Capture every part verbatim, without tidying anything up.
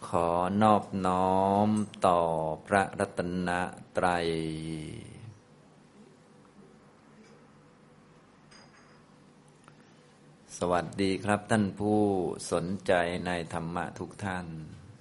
ขอนอบน้อมต่อพระรัตนตรัยสวัสดีครับท่านผู้สนใจในธรรมะทุกท่าน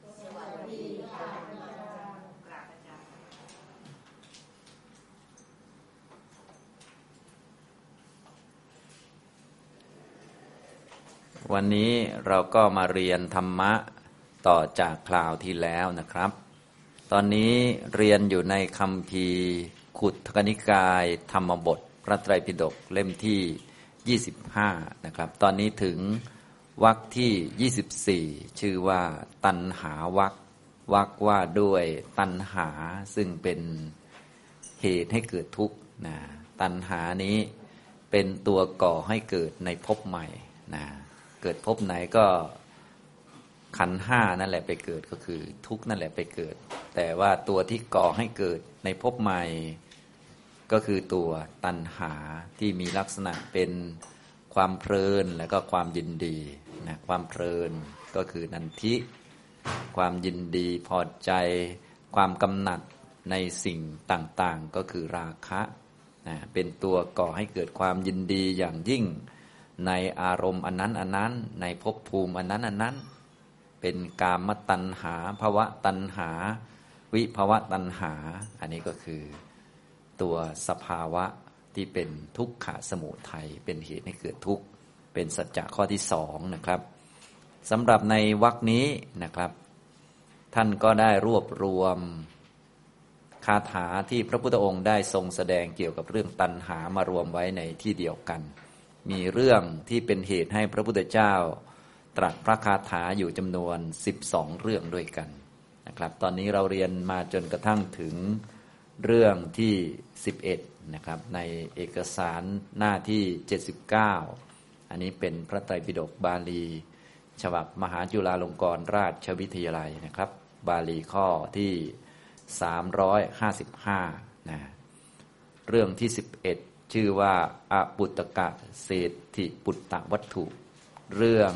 วันนี้เราก็มาเรียนธรรมะต่อจากคราวที่แล้วนะครับตอนนี้เรียนอยู่ในคัมภีร์ขุทกนิกายธรรมบทพระไตรปิฎกเล่มที่ยี่สิบห้านะครับตอนนี้ถึงวรรคที่ยี่สิบสี่ชื่อว่าตัณหาวรรควรรคว่าด้วยตัณหาซึ่งเป็นเหตุให้เกิดทุกข์นะตัณหานี้เป็นตัวก่อให้เกิดในภพใหม่นะเกิดภพไหนก็ขันธ์ห้านั่นแหละไปเกิดก็คือทุกข์นั่นแหละไปเกิดแต่ว่าตัวที่ก่อให้เกิดในภพใหม่ก็คือตัวตัณหาที่มีลักษณะเป็นความเพลินและก็ความยินดีนะความเพลินก็คือนันทิความยินดีพอใจความกำหนัดในสิ่งต่างๆก็คือราคะนะเป็นตัวก่อให้เกิดความยินดีอย่างยิ่งในอารมณ์อันนั้นอันนั้นในภพภูมิอันนั้นอันนั้นเป็นกามตัณหาภวตัณหาวิภวตัณหาอันนี้ก็คือตัวสภาวะที่เป็นทุกขสมุทัยเป็นเหตุให้เกิดทุกข์เป็นสัจจะข้อที่สองนะครับสำหรับในวรรคนี้นะครับท่านก็ได้รวบรวมคาถาที่พระพุทธองค์ได้ทรงแสดงเกี่ยวกับเรื่องตัณหามารวมไว้ในที่เดียวกันมีเรื่องที่เป็นเหตุให้พระพุทธเจ้าตรัสพระคาถาอยู่จำนวนสิบสองเรื่องด้วยกันนะครับตอนนี้เราเรียนมาจนกระทั่งถึงเรื่องที่สิบเอ็ดนะครับในเอกสารหน้าที่เจ็ดสิบเก้าอันนี้เป็นพระไตรปิฎกบาลีฉบับมหาจุฬาลงกรณราชวิทยาลัยนะครับบาลีข้อที่สามร้อยห้าสิบห้านะเรื่องที่สิบเอ็ดชื่อว่าอปุตตกะเศรษฐิปุตตะวัตถุเรื่อง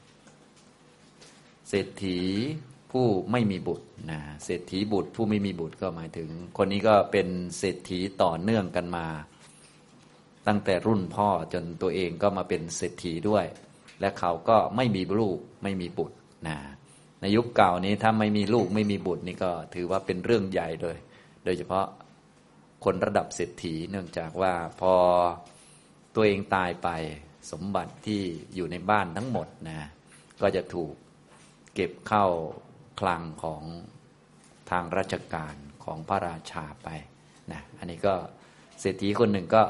เศรษฐีผู้ไม่มีบุตรนะเศรษฐีบุตรผู้ไม่มีบุตรก็หมายถึงคนนี้ก็เป็นเศรษฐีต่อเนื่องกันมาตั้งแต่รุ่นพ่อจนตัวเองก็มาเป็นเศรษฐีด้วยและเขาก็ไม่มีลูกไม่มีบุตรนะในยุคเก่านี้ถ้าไม่มีลูกไม่มีบุตรนี่ก็ถือว่าเป็นเรื่องใหญ่เลยโดยเฉพาะคนระดับเศรษฐีเนื่องจากว่าพอตัวเองตายไปสมบัติที่อยู่ในบ้านทั้งหมดนะก็จะถูกเก็บเข้าคลังของทางราชการของพระราชาไปนะอันนี้ก็เศรษฐีคนหนึ่งก็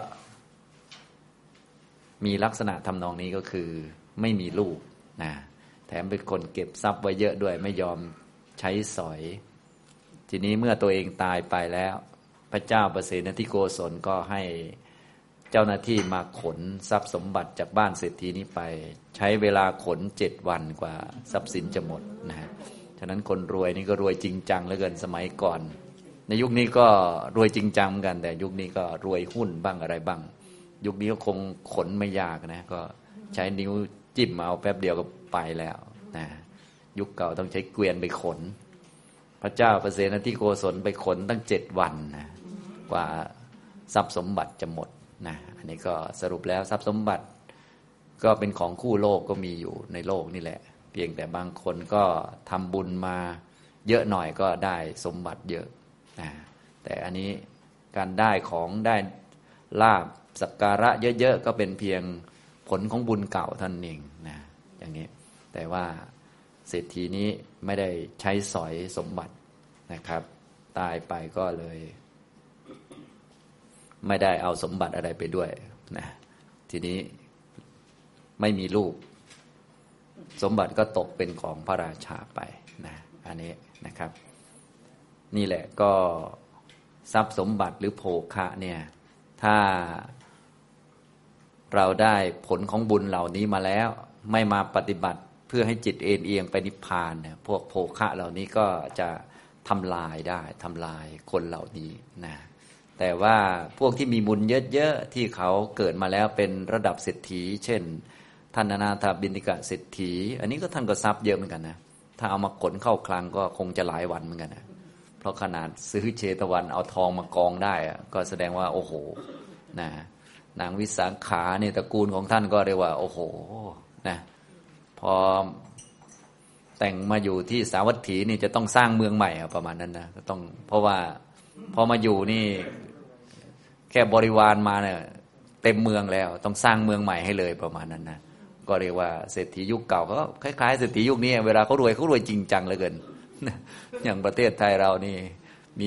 มีลักษณะทำนองนี้ก็คือไม่มีลูกนะแถมเป็นคนเก็บทรัพย์ไว้เยอะด้วยไม่ยอมใช้สอยทีนี้เมื่อตัวเองตายไปแล้วพระเจ้าประเสนทิโกศลก็ให้เจ้าหน้าที่มาขนทรัพย์สมบัติจากบ้านเศรษฐีนี้ไปใช้เวลาขนเจ็ดวันกว่าทรัพย์สินจะหมดนะฮะฉะนั้นคนรวยนี่ก็รวยจริงจังเหลือเกินสมัยก่อนในยุคนี้ก็รวยจริงจังกันแต่ยุคนี้ก็รวยหุ้นบ้างอะไรบ้างยุคนี้ก็คงขนไม่ยากนะก็ใช้นิ้วจิ้มเอาแป๊บเดียวก็ไปแล้วนะยุคเก่าต้องใช้เกวียนไปขนพระเจ้าประเสนทิโกศลไปขนตั้งเจ็ดวันนะกว่าทรัพย์สมบัติจะหมดนะอันนี้ก็สรุปแล้วทรัพย์สมบัติก็เป็นของคู่โลกก็มีอยู่ในโลกนี่แหละเพียงแต่บางคนก็ทำบุญมาเยอะหน่อยก็ได้สมบัติเยอะนะแต่อันนี้การได้ของได้ลาภสักการะเยอะๆก็เป็นเพียงผลของบุญเก่าท่านเองนะอย่างนี้แต่ว่าเศรษฐีนี้ไม่ได้ใช้สอยสมบัตินะครับตายไปก็เลยไม่ได้เอาสมบัติอะไรไปด้วยนะทีนี้ไม่มีลูกสมบัติก็ตกเป็นของพระราชาไปนะอันนี้นะครับนี่แหละก็ทรัพย์สมบัติหรือโภคะเนี่ยถ้าเราได้ผลของบุญเหล่านี้มาแล้วไม่มาปฏิบัติเพื่อให้จิตเอ็นเอียงไปนิพพานเนี่ยพวกโภคะเหล่านี้ก็จะทำลายได้ทำลายคนเหล่านี้นะแต่ว่าพวกที่มีบุญเยอะๆที่เขาเกิดมาแล้วเป็นระดับเศรษฐีเช่นท่านอนาถบิณฑิกะเศรษฐีอันนี้ก็ท่านก็ทรัพย์เยอะเหมือนกันนะถ้าเอามาขนเข้าคลังก็คงจะหลายวันเหมือนกันนะเพราะขนาดซื้อเชตวันเอาทองมากองได้ก็แสดงว่าโอ้โหนะนางวิสาขาเนี่ยตระกูลของท่านก็เรียกว่าโอ้โหนะพอแต่งมาอยู่ที่สาวัตถีนี่จะต้องสร้างเมืองใหม่ประมาณนั้นนะก็ต้องเพราะว่าพอมาอยู่นี่แค่บริวารมาเนี่ยเต็มเมืองแล้วต้องสร้างเมืองใหม่ให้เลยประมาณนั้นนะก็เรียกว่าเศรษฐียุคเก่าก็คล้ายๆเศรษฐียุคนี้เวลาเขารวยเขารวยจริงจังเหลือเกินอย่างประเทศไทยเรานี่มี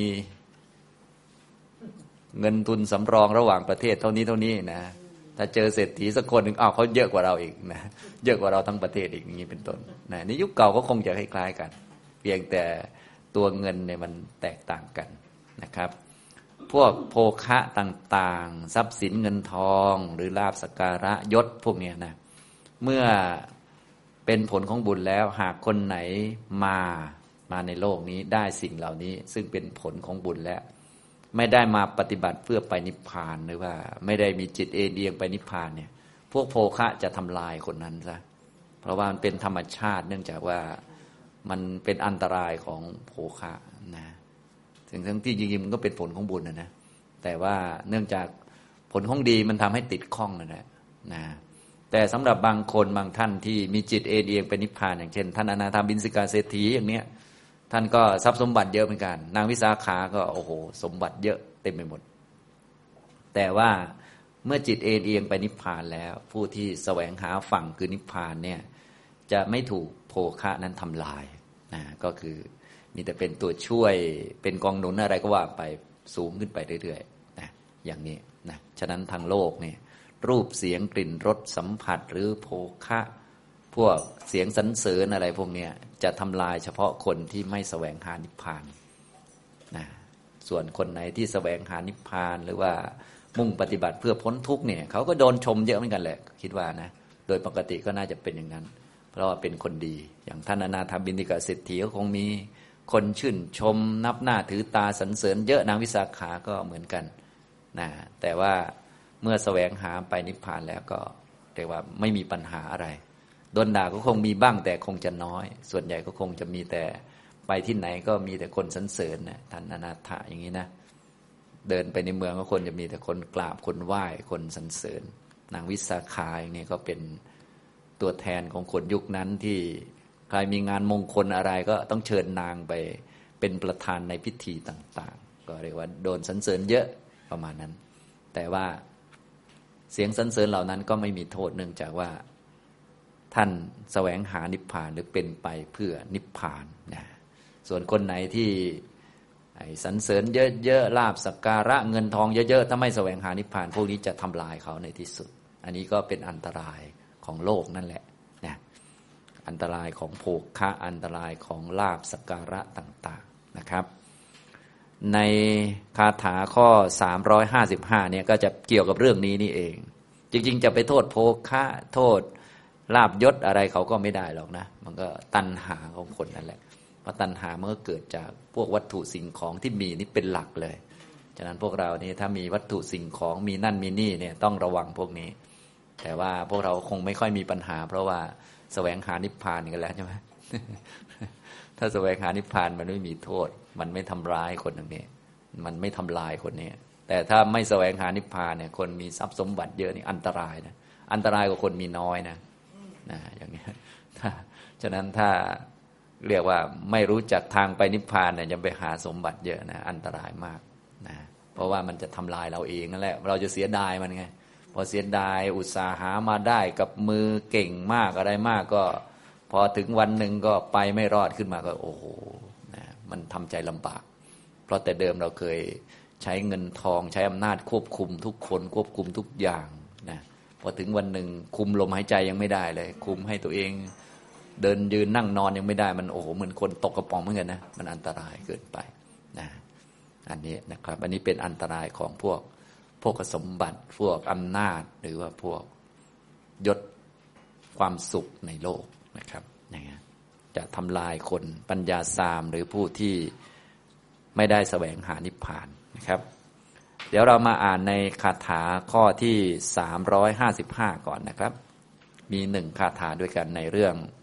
เงินทุนสำรองระหว่างประเทศเท่านี้เท่านี้นะถ้าเจอเศรษฐีสักคนหนึ่งอ้าวเขาเยอะกว่าเราอีกนะเยอะกว่าเราทั้งประเทศอีกอย่างนี้เป็นต้นนะในยุคเก่าก็คงจะคล้ายๆกันเพียงแต่ตัวเงินเนี่ยมันแตกต่างกันนะครับพวกโภคะต่างๆทรัพย์สินเงินทองหรือลาภสักการะยศพวกนี้นะเมื่อเป็นผลของบุญแล้วหากคนไหนมามาในโลกนี้ได้สิ่งเหล่านี้ซึ่งเป็นผลของบุญแล้วไม่ได้มาปฏิบัติเพื่อไปนิพพานหรือว่าไม่ได้มีจิตเอ็นเอียงไปนิพพานเนี่ยพวกโภคะจะทำลายคนนั้นซะเพราะว่ามันเป็นธรรมชาติเนื่องจากว่ามันเป็นอันตรายของโภคะนะถึงทั้งที่จริงๆมันก็เป็นผลของบุญนะนะแต่ว่าเนื่องจากผลของดีมันทำให้ติดข้องนั่นแหละนะแต่สำหรับบางคนบางท่านที่มีจิตเอ็นเอียงไปนิพพานอย่างเช่นท่านอนาถาบิณฑิกาเศรษฐีอย่างเนี้ยท่านก็ทรัพย์สมบัติเยอะเหมือนกันนางวิสาขาก็โอ้โหสมบัติเยอะเต็มไปหมดแต่ว่าเมื่อจิตเอ็นเอียงไปนิพพานแล้วผู้ที่แสวงหาฝั่งคือนิพพานเนี่ยจะไม่ถูกโภคะนั้นทำลายนะก็คือมีแต่เป็นตัวช่วยเป็นกองหนุนอะไรก็ว่าไปสูงขึ้นไปเรื่อยๆนะอย่างนี้นะฉะนั้นทางโลกเนี่ยรูปเสียงกลิ่นรสสัมผัสหรือโภคะพวกเสียงสรรเสริญอะไรพวกนี้จะทำลายเฉพาะคนที่ไม่แสวงหานิพพานนะส่วนคนไหนที่แสวงหานิพพานหรือว่ามุ่งปฏิบัติเพื่อพ้นทุกข์เนี่ยเขาก็โดนชมเยอะเหมือนกันแหละคิดว่านะโดยปกติก็น่าจะเป็นอย่างนั้นเพราะว่าเป็นคนดีอย่างท่านอนาถบิณฑิกาเศรษฐีก็คงมีคนชื่นชมนับหน้าถือตาสรรเสริญเยอะนางวิสาขาก็เหมือนกันนะแต่ว่าเมื่อแสวงหาไปนิพพานแล้วก็เรียกว่าไม่มีปัญหาอะไรโดนด่าก็คงมีบ้างแต่คงจะน้อยส่วนใหญ่ก็คงจะมีแต่ไปที่ไหนก็มีแต่คนสรรเสริญนะท่านอนาถอย่างนี้นะเดินไปในเมืองก็คนจะมีแต่คนกราบคนไหว้คนสรรเสริญนางวิสาขาอย่างนี้ก็เป็นตัวแทนของคนยุคนั้นที่ใครมีงานมงคลอะไรก็ต้องเชิญนางไปเป็นประธานในพิธีต่างๆก็เรียกว่าโดนสรรเสริญเยอะประมาณนั้นแต่ว่าเสียงสรรเสริญเหล่านั้นก็ไม่มีโทษเนื่องจากว่าท่านแสวงหานิพพานหรือเป็นไปเพื่อนิพพานนะส่วนคนไหนที่ไอ้สรรเสริญเยอะๆลาภสักการะเงินทองเยอะๆถ้าไม่แสวงหานิพพานพวกนี้จะทำลายเขาในที่สุดอันนี้ก็เป็นอันตรายของโลกนั่นแหละนะอันตรายของโภคะอันตรายของลาภสักการะต่างๆนะครับในคาถาข้อสามร้อยห้าสิบห้าเนี่ยก็จะเกี่ยวกับเรื่องนี้นี่เองจริงๆจะไปโทษโภคะโทษลาภยศอะไรเขาก็ไม่ได้หรอกนะมันก็ตัณหาของคนนั่นแหละเพราะตัณหามันก็เกิดจากพวกวัตถุสิ่งของที่มีนี่เป็นหลักเลยฉะนั้นพวกเรานี่ถ้ามีวัตถุสิ่งของมีนั่นมีนี่เนี่ยต้องระวังพวกนี้แต่ว่าพวกเราคงไม่ค่อยมีปัญหาเพราะว่าแสวงหานิพพานกันแล้วใช่ไหม ถ้าแสวงหานิพพานมันไม่มีโทษมันไม่ทำร้ายคนอย่างนี้มันไม่ทำลายคนนี้แต่ถ้าไม่แสวงหานิพพานเนี่ยคนมีทรัพย์สมบัติเยอะนี่อันตรายนะอันตรายกว่าคนมีน้อยนะนะอย่างนี้ถ้าฉะนั้นถ้าเรียกว่าไม่รู้จักทางไปนิพพานเนี่ยจะไปหาสมบัติเยอะนะอันตรายมากนะเพราะว่ามันจะทำลายเราเองนั่นแหละเราจะเสียดายมันไงพอเสียดายอุตสาหามาได้กับมือเก่งมากอะไรมากก็พอถึงวันหนึ่งก็ไปไม่รอดขึ้นมาก็โอ้โหนะมันทำใจลำบากเพราะแต่เดิมเราเคยใช้เงินทองใช้อำนาจควบคุมทุกคนควบคุมทุกอย่างนะพอถึงวันหนึ่งคุมลมหายใจยังไม่ได้เลยคุมให้ตัวเองเดินยืนนั่งนอนยังไม่ได้มันโอ้โหเหมือนคนตกกระป๋องเหมือนกันนะมันอันตรายเกินไปนะอันนี้นะครับอันนี้เป็นอันตรายของพวกพวกสมบัติพวกอำนาจหรือว่าพวกยศความสุขในโลกนะครับอย่างเงี้ยจะทำลายคนปัญญาสามหรือผู้ที่ไม่ได้แสวงหานิพพานนะครับเดี๋ยวเรามาอ่านในคาถาข้อที่สามร้อยห้าสิบห้าก่อนนะครับมีหนึ่งคาถาด้วยกันในเรื่อง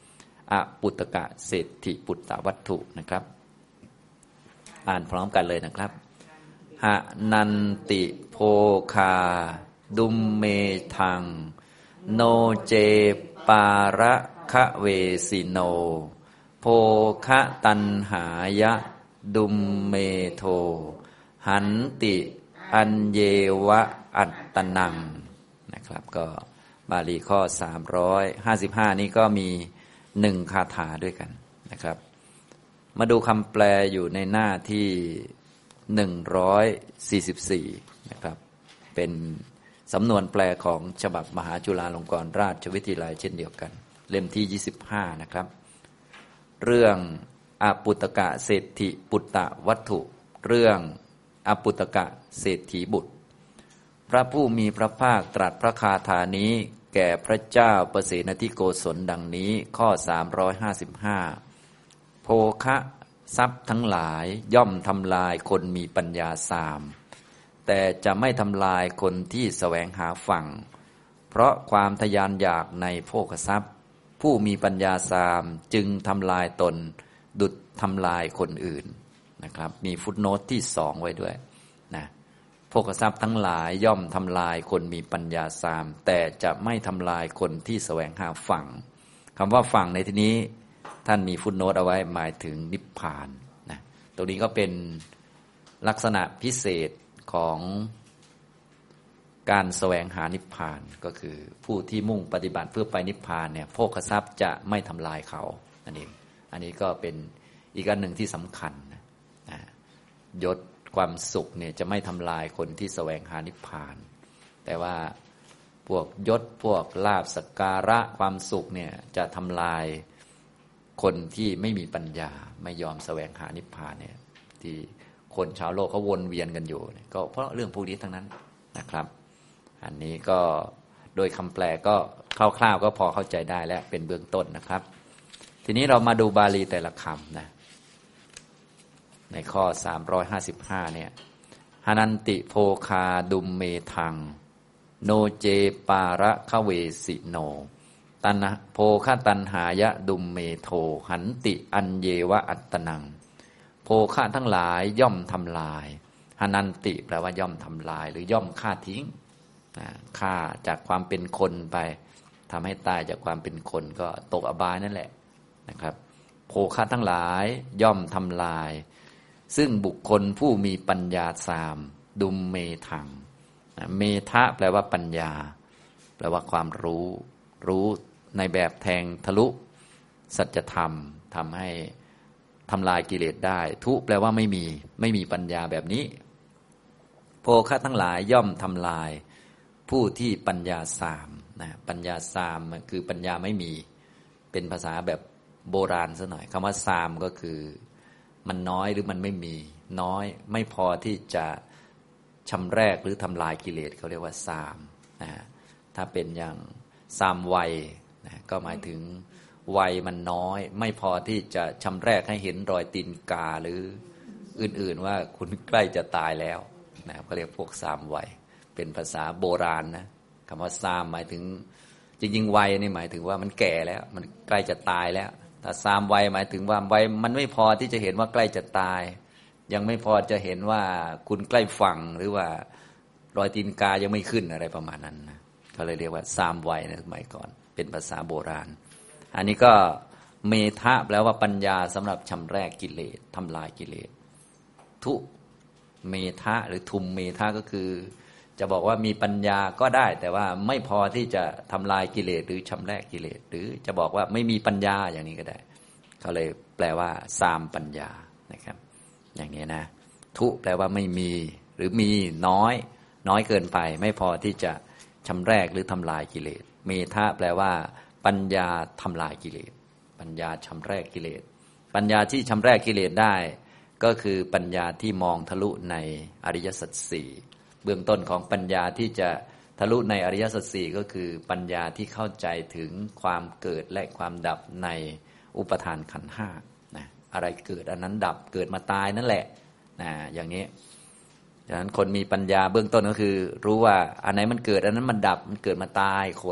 อปุตตกะเศรษฐิปุตตะวัตถุนะครับอ่านพร้อมกันเลยนะครับหะนันติโภคาดุมเมทังโนเจปาระคะเวสิโนโภคะตันหายะดุมเมโทหันติอัญเยวะอัตตนังนะครับก็บาลีข้อสามร้อยห้าสิบห้านี้ก็มีหนึ่งคาถาด้วยกันนะครับมาดูคำแปลอยู่ในหน้าที่หนึ่งร้อยสี่สิบสี่นะครับเป็นสำนวนแปลของฉบับมหาจุฬาลงกรณราชวิทยาลัยเช่นเดียวกันเล่มที่ยี่สิบห้านะครับเรื่องอปุตตกะเศรษฐิปุตตะวัตถุเรื่องอปุตตกะเศรษฐีบุตรพระผู้มีพระภาคตรัสพระคาถานี้แก่พระเจ้าประเสนทิโกศลดังนี้ข้อสามร้อยห้าสิบห้าโภคะทรัพย์ทั้งหลายย่อมทำลายคนมีปัญญาสามแต่จะไม่ทำลายคนที่แสวงหาฝั่งเพราะความทยานอยากในโภคทรัพย์ผู้มีปัญญาสามจึงทำลายตนดุจทำลายคนอื่นนะครับมีฟุตโนตที่สองไว้ด้วยนะโภคทรัพย์ทั้งหลายย่อมทำลายคนมีปัญญาสามแต่จะไม่ทำลายคนที่แสวงหาฝั่งคำว่าฝั่งในที่นี้ท่านมีฟุตโนตเอาไว้หมายถึงนิพพานนะตรงนี้ก็เป็นลักษณะพิเศษของการแสวงหานิพพานก็คือผู้ที่มุ่งปฏิบัติเพื่อไปนิพพานเนี่ยโภคทรัพย์จะไม่ทำลายเขานั่นเองอันนี้ก็เป็นอีกอันหนึ่งที่สำคัญนะยศความสุขเนี่ยจะไม่ทำลายคนที่แสวงหานิพพานแต่ว่าพวกยศพวกลาภสักการะความสุขเนี่ยจะทำลายคนที่ไม่มีปัญญาไม่ยอมแสวงหานิพพานเนี่ยที่คนชาวโลกเขาวนเวียนกันอยู่ก็เพราะเรื่องพวกนี้ทั้งนั้นนะครับอันนี้ก็โดยคำแปลก็คร่าวๆก็พอเข้าใจได้และเป็นเบื้องต้นนะครับทีนี้เรามาดูบาลีแต่ละคำนะในข้อสามร้อยห้าสิบห้าเนี่ยหนันติโภคาดุมเมทังโนเจปาระคะเวสิโนตันโภคะตันหายะดุมเมโทหันติอัญเยวะอัตตนังโภคะทั้งหลายย่อมทำลายหนันติแปลว่าย่อมทำลายหรือย่อมฆ่าทิ้งฆ่าจากความเป็นคนไปทำให้ตายจากความเป็นคนก็ตกอบายนั่นแหละนะครับโภคะทั้งหลายย่อมทำลายซึ่งบุคคลผู้มีปัญญาสามดุมเมทังเมทะแปลว่าปัญญาแปลว่าความรู้รู้ในแบบแทงทะลุสัจธรรมทำให้ทำลายกิเลสได้ทุแปลว่าไม่มีไม่มีปัญญาแบบนี้โภคะทั้งหลายย่อมทำลายผู้ที่ปัญญาสามนะปัญญาสามคือปัญญาไม่มีเป็นภาษาแบบโบราณซะหน่อยคำว่าสามก็คือมันน้อยหรือมันไม่มีน้อยไม่พอที่จะชำแรกหรือทำลายกิเลสเขาเรียกว่าสามนะถ้าเป็นอย่างสามวัยนะก็หมายถึงวัยมันน้อยไม่พอที่จะชำแรกให้เห็นรอยตีนกาหรืออื่นๆว่าคุณใกล้จะตายแล้วนะเขาเรียกพวกสามวัยเป็นภาษาโบราณนะคำว่าสามหมายถึงจริงๆวัยนี่หมายถึงว่ามันแก่แล้วมันใกล้จะตายแล้วถ้าสามวัยหมายถึงว่าวัยมันไม่พอที่จะเห็นว่าใกล้จะตายยังไม่พอจะเห็นว่าคุณใกล้ฝั่งหรือว่ารอยตีนกายังไม่ขึ้นอะไรประมาณนั้นนะเขาเลยเรียกว่าสามวัยในสมัยก่อนเป็นภาษาโบราณอันนี้ก็เมทะแปลว่าปัญญาสำหรับชำแรกกิเลสทำลายกิเลสทุเมทะหรือทุมเมทะก็คือจะบอกว่ามีปัญญาก็ได้แต่ว่าไม่พอที่จะทำลายกิเลสหรือชำแรกกิเลสหรือจะบอกว่าไม่มีปัญญาอย่างนี้ก็ได้เขาเลยแปลว่าสามปัญญานะครับอย่างนี้นะทุแปลว่าไม่มีหรือมีน้อยน้อยเกินไปไม่พอที่จะชำแรกหรือทำลายกิเลสเมทะแปลว่าปัญญาทำลายกิเลสปัญญาชำแรกกิเลสปัญญาที่ชำแรกกิเลสได้ก็คือปัญญาที่มองทะลุในอริยสัจสี่เบื้องต้นของปัญญาที่จะทะลุในอริยสัจสี่ก็คือปัญญาที่เข้าใจถึงความเกิดและความดับในอุปทานขันธ์ห้านะอะไรเกิดอันนั้นดับเกิดมาตายนั่นแหละนะอย่างนี้ดังนั้นคนมีปัญญาเบื้องต้นก็คือรู้ว่าอันไหนมันเกิดอันนั้นมันดับมันเกิดมาตายคน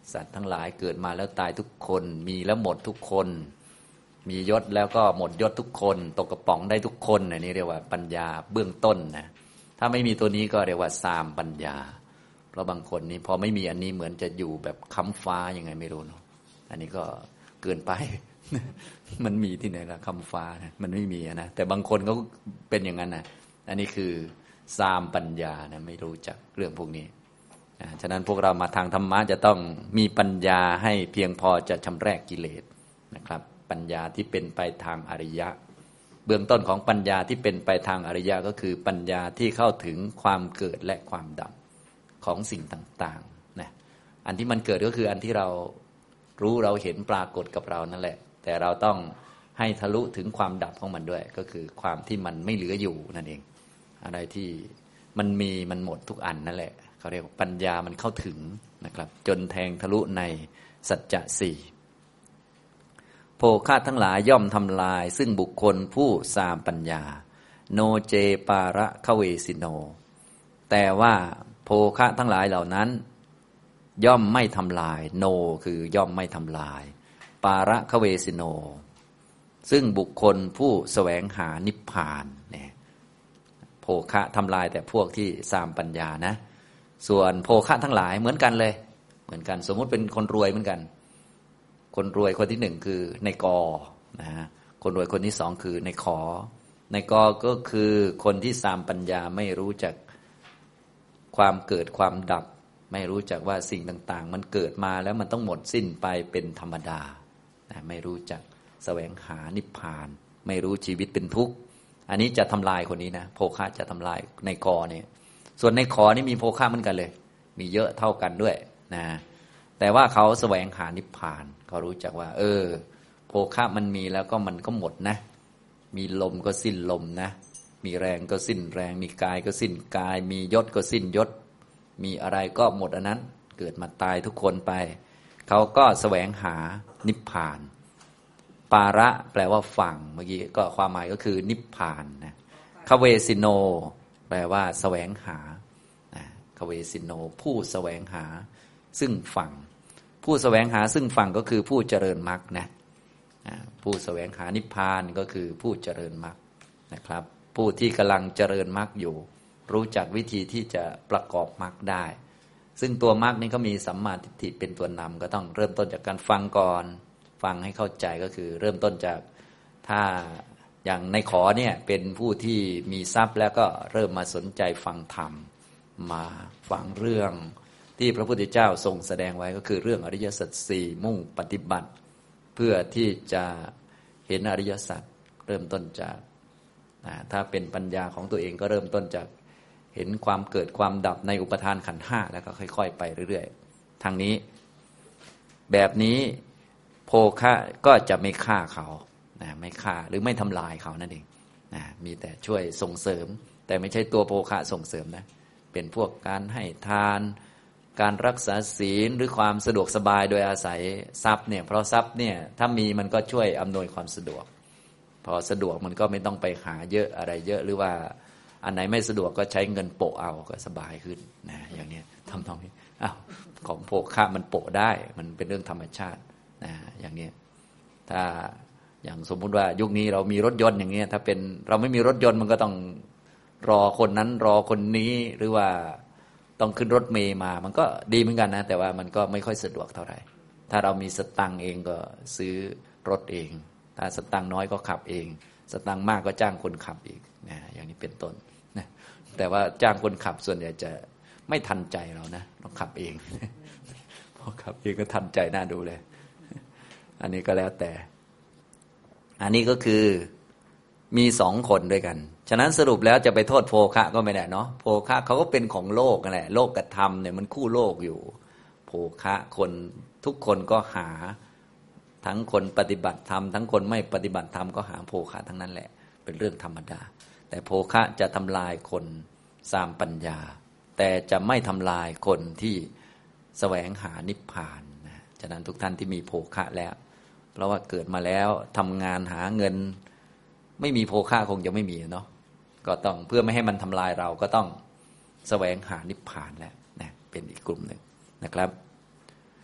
สัตว์ทั้งหลายเกิดมาแล้วตายทุกคนมีแล้วหมดทุกคนมียศแล้วก็หมดยศทุกคนตกกระป๋องได้ทุกคนอันนี้เรียกว่าปัญญาเบื้องต้นนะถ้าไม่มีตัวนี้ก็เรียกว่าสามปัญญาเพราะบางคนนี้พอไม่มีอันนี้เหมือนจะอยู่แบบค้ำฟ้ายังไงไม่รู้เนาะอันนี้ก็เกินไป มันมีที่ไหนล่ะค้ำฟ้านะมันไม่มีนะแต่บางคนเขาเป็นอย่างนั้นนะอันนี้คือสามปัญญานะไม่รู้จักเรื่องพวกนี้นะฉะนั้นพวกเรามาทางธรรมะจะต้องมีปัญญาให้เพียงพอจะชำระกิเลสนะครับปัญญาที่เป็นไปทางอริยะเบื้องต้นของปัญญาที่เป็นไปทางอริยะก็คือปัญญาที่เข้าถึงความเกิดและความดับของสิ่งต่างๆนะอันที่มันเกิดก็คืออันที่เรารู้เราเห็นปรากฏกับเรานั่นแหละแต่เราต้องให้ทะลุถึงความดับของมันด้วยก็คือความที่มันไม่เหลืออยู่นั่นเองอะไรที่มันมีมันหมดทุกอันนั่นแหละเขาเรียกว่าปัญญามันเข้าถึงนะครับจนแทงทะลุในสัจจะสี่โภคะทั้งหลายย่อมทำลายซึ่งบุคคลผู้สามปัญญาโนเจปาระคะเวสิโนแต่ว่าโภคะทั้งหลายเหล่านั้นย่อมไม่ทำลายโนคือย่อมไม่ทำลายปาระคะเวสิโนซึ่งบุคคลผู้แสวงหานิพพานเนี่ยโภคะทำลายแต่พวกที่สามปัญญานะส่วนโภคะทั้งหลายเหมือนกันเลยเหมือนกันสมมุติเป็นคนรวยเหมือนกันคนรวยคนที่หนึ่งคือในกอนะฮะคนรวยคนที่สองคือในขอในกอก็คือคนที่สามปัญญาไม่รู้จักความเกิดความดับไม่รู้จักว่าสิ่งต่างๆมันเกิดมาแล้วมันต้องหมดสิ้นไปเป็นธรรมดานะไม่รู้จักแสวงหานิพพานไม่รู้ชีวิตเป็นทุกข์อันนี้จะทำลายคนนี้นะโภคะจะทำลายในกอเนี่ยส่วนในขอนี่มีโภคะเหมือนกันเลยมีเยอะเท่ากันด้วยนะแต่ว่าเขาแสวงหานิพพานเขารู้จักว่าเออโภคะมันมีแล้วก็มันก็หมดนะมีลมก็สิ้นลมนะมีแรงก็สิ้นแรงมีกายก็สิ้นกายมียศก็สิ้นยศมีอะไรก็หมดอันนั้นเกิดมาตายทุกคนไปเขาก็แสวงหานิพพานปาระแปลว่าฝั่งเมื่อกี้ก็ความหมายก็คือนิพพานนะคเวสิโนแปลว่าแสวงหานะคเวสิโนผู้แสวงหาซึ่งฝั่งผู้แสวงหาซึ่งฝั่งก็คือผู้เจริญมรรคนะผู้แสวงหานิพพานก็คือผู้เจริญมรรคนะครับผู้ที่กำลังเจริญมรรคอยู่รู้จักวิธีที่จะประกอบมรรคได้ซึ่งตัวมรรคนี้ก็มีสัมมาทิฏฐิเป็นตัวนำก็ต้องเริ่มต้นจากการฟังก่อนฟังให้เข้าใจก็คือเริ่มต้นจากถ้าอย่างในขอเนี่ยเป็นผู้ที่มีทรัพย์แล้วก็เริ่มมาสนใจฟังธรรมมาฟังเรื่องที่พระพุทธเจ้าทรงแสดงไว้ก็คือเรื่องอริยสัจสี่มุ่งปฏิบัติเพื่อที่จะเห็นอริยสัจเริ่มต้นจากถ้าเป็นปัญญาของตัวเองก็เริ่มต้นจากเห็นความเกิดความดับในอุปทานขันธ์ห้าแล้วก็ค่อยๆไปเรื่อยๆทางนี้แบบนี้โภคะก็จะไม่ฆ่าเขานะไม่ฆ่าหรือไม่ทำลายเขานั่นเองนะมีแต่ช่วยส่งเสริมแต่ไม่ใช่ตัวโภคะส่งเสริมนะเป็นพวกการให้ทานการรักษาศีลหรือความสะดวกสบายโดยอาศัยทรัพย์เนี่ยเพราะทรัพย์เนี่ยถ้ามีมันก็ช่วยอำนวยความสะดวกพอสะดวกมันก็ไม่ต้องไปหาเยอะอะไรเยอะหรือว่าอันไหนไม่สะดวกก็ใช้เงินโปะเอาก็สบายขึ้นนะอย่างนี้ทำตรงนี้อ้าวของโภคะมันโปะได้มันเป็นเรื่องธรรมชาตินะอย่างนี้ถ้าอย่างสมมุติว่ายุคนี้เรามีรถยนต์อย่างเงี้ยถ้าเป็นเราไม่มีรถยนต์มันก็ต้องรอคนนั้นรอคนนี้หรือว่าต้องขึ้นรถเมล์มามันก็ดีเหมือนกันนะแต่ว่ามันก็ไม่ค่อยสะดวกเท่าไหร่ถ้าเรามีสตังค์เองก็ซื้อรถเองถ้าสตังค์น้อยก็ขับเองสตังค์มากก็จ้างคนขับอีกนะอย่างนี้เป็นต้นนะแต่ว่าจ้างคนขับส่วนใหญ่จะไม่ทันใจเรานะต้องขับเองพอขับเองก็ทันใจน่าดูเลยอันนี้ก็แล้วแต่อันนี้ก็คือมีสองคนด้วยกันฉะนั้นสรุปแล้วจะไปโทษโภคะก็ไม่ได้เนาะโภคะเขาก็เป็นของโลกนั่นแหละโลกกับธรรมเนี่ยมันคู่โลกอยู่โภคะคนทุกคนก็หาทั้งคนปฏิบัติธรรมทั้งคนไม่ปฏิบัติธรรมก็หาโภคะทั้งนั้นแหละเป็นเรื่องธรรมดาแต่โภคะจะทำลายคนสามปัญญาแต่จะไม่ทำลายคนที่แสวงหานิพพานนะฉะนั้นทุกท่านที่มีโภคะแล้วเพราะว่าเกิดมาแล้วทำงานหาเงินไม่มีโภคะคงจะไม่มีเนาะก็ต้องเพื่อไม่ให้มันทำลายเราก็ต้องแสวงหานิพพานแล้วนะเป็นอีกกลุ่มหนึ่งนะครับ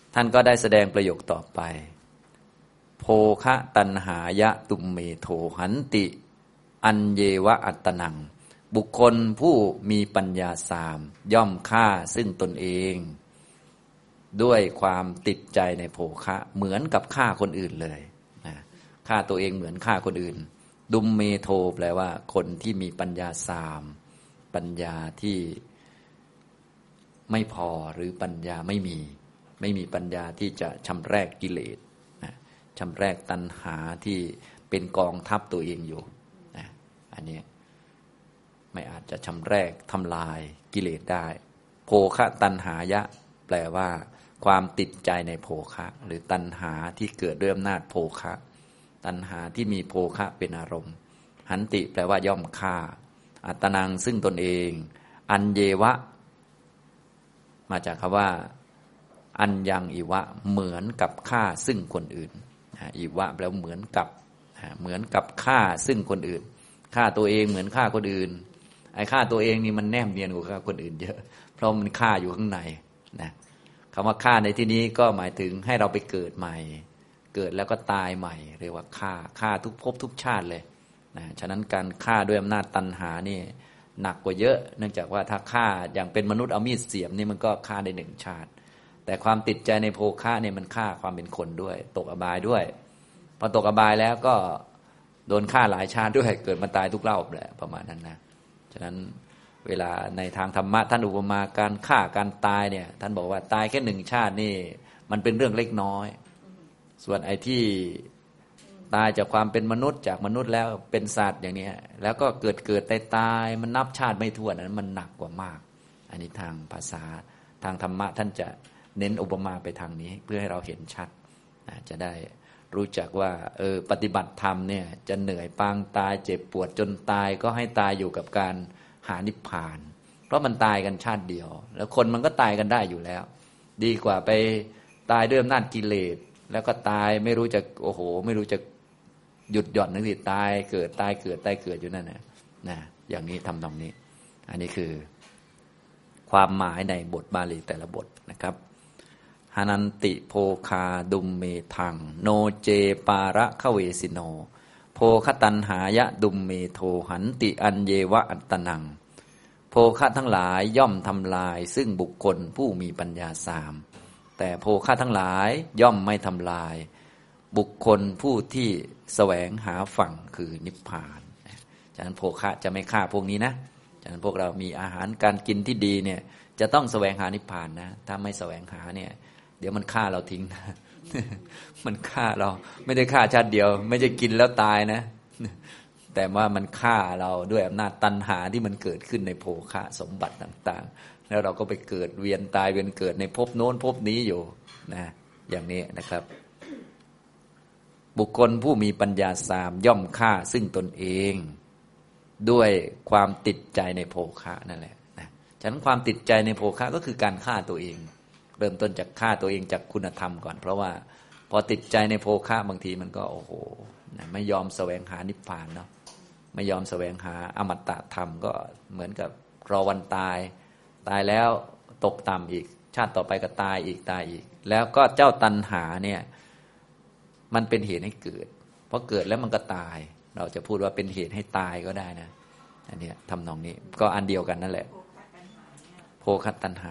ท่านก็ได้แสดงประโยคต่อไปโภคะตัณหายะตุมเมโทหันติอัญเยวะอัตตนังบุคคลผู้มีปัญญาสามย่อมฆ่าซึ่งตนเองด้วยความติดใจในโภคะเหมือนกับฆ่าคนอื่นเลยนะฆ่าตัวเองเหมือนฆ่าคนอื่นดุมเมโทแปลว่าคนที่มีปัญญาสามปัญญาที่ไม่พอหรือปัญญาไม่มีไม่มีปัญญาที่จะชำแรกกิเลสนะชำแรกตัณหาที่เป็นกองทัพตัวเองอยู่นะอันนี้ไม่อาจจะชำแรกทำลายกิเลสได้โภคะตัณหายะแปลว่าความติดใจในโภคะหรือตัณหาที่เกิดด้วยอำนาจโภคะตัณหาที่มีโภคะเป็นอารมณ์หันติแปลว่าย่อมฆ่าอัตนังซึ่งตนเองอัญเยวะมาจากคำว่าอัญญังอิวะเหมือนกับฆ่าซึ่งคนอื่นอิวะแปลว่าเหมือนกับเหมือนกับฆ่าซึ่งคนอื่นฆ่าตัวเองเหมือนฆ่าคนอื่นไอ้ฆ่าตัวเองนี่มันแนบเนียนกว่าฆ่าคนอื่นเยอะเพราะมันฆ่าอยู่ข้างในนะคำว่าฆ่าในที่นี้ก็หมายถึงให้เราไปเกิดใหม่เกิดแล้วก็ตายใหม่เรียกว่าฆ่าฆ่าทุกภพทุกชาติเลยนะฉะนั้นการฆ่าด้วยอำนาจตัณหานี่หนักกว่าเยอะเนื่องจากว่าถ้าฆ่าอย่างเป็นมนุษย์เอามีดเสียบนี่มันก็ฆ่าได้หนึ่งชาติแต่ความติดใจในโภคะเนี่ยมันฆ่าความเป็นคนด้วยตกอบายด้วยพอตกอบายแล้วก็โดนฆ่าหลายชาติด้วยเกิดมาตายทุกรอบแหละประมาณนั้นนะฉะนั้นเวลาในทางธรรมะท่านอุปมาการฆ่าการตายเนี่ยท่านบอกว่าตายแค่หนึ่งชาตินี่มันเป็นเรื่องเล็กน้อยส่วนไอ้ที่ตายจากความเป็นมนุษย์จากมนุษย์แล้วเป็นสัตว์อย่างนี้แล้วก็เกิดเกิดตายตายมันนับชาติไม่ถ้วนนั้นมันหนักกว่ามากอันนี้ทางภาษาทางธรรมะท่านจะเน้นอุปมาไปทางนี้เพื่อให้เราเห็นชัดจะได้รู้จักว่าเออปฏิบัติธรรมเนี่ยจะเหนื่อยปางตายเจ็บปวดจนตายก็ให้ตายอยู่กับการหานิพพานเพราะมันตายกันชาติเดียวแล้วคนมันก็ตายกันได้อยู่แล้วดีกว่าไปตายด้วยอำนาจกิเลสแล้วก็ตายไม่รู้จะโอ้โหไม่รู้จะหยุดหย่อนนึกสิตายเกิดตายเกิดตายเกิดอยู่นั่นนะนะอย่างนี้ทำตรงนี้อันนี้คือความหมายในบทบาลีแต่ละบทนะครับหานันติโภคาดุมเมทังโนเจปาระคะเวสิโนโภคตันหายะดุมเมโทหันติอัญเยวะอัตตนังโภคะทั้งหลายย่อมทำลายซึ่งบุคคลผู้มีปัญญาสามแต่โภคะทั้งหลายย่อมไม่ทำลายบุคคลผู้ที่แสวงหาฝั่งคือนิพพานฉะนั้นโภคะจะไม่ฆ่าพวกนี้นะฉะนั้นพวกเรามีอาหารการกินที่ดีเนี่ยจะต้องแสวงหานิพพานนะถ้าไม่แสวงหาเนี่ยเดี๋ยวมันฆ่าเราทิ้งนะ มันฆ่าเราไม่ได้ฆ่าชาติเดียวไม่ใช่กินแล้วตายนะ แต่ว่ามันฆ่าเราด้วยอำนาจตัณหาที่มันเกิดขึ้นในโภคะสมบัติต่างๆแล้วเราก็ไปเกิดเวียนตายเวียนเกิดในภพโน้นภพนี้อยู่นะอย่างนี้นะครับบุคคลผู้มีปัญญาสามย่อมฆ่าซึ่งตนเองด้วยความติดใจในโภคะนั่นแหละนะฉะนั้นความติดใจในโภคะก็คือการฆ่าตัวเองเริ่มต้นจากฆ่าตัวเองจากคุณธรรมก่อนเพราะว่าพอติดใจในโภคะบางทีมันก็โอ้โหนะไม่ยอมแสวงหานิพพานเนาะไม่ยอมแสวงหาอมตะธรรมก็เหมือนกับรอวันตายตายแล้วตกต่ำอีกชาติต่อไปก็ตายอีกตายอีกแล้วก็เจ้าตัณหาเนี่ยมันเป็นเหตุให้เกิดเพราะเกิดแล้วมันก็ตายเราจะพูดว่าเป็นเหตุให้ตายก็ได้นะอันนี้ทำนองนี้ก็อันเดียวกันนั่นแหละโภคตัณหา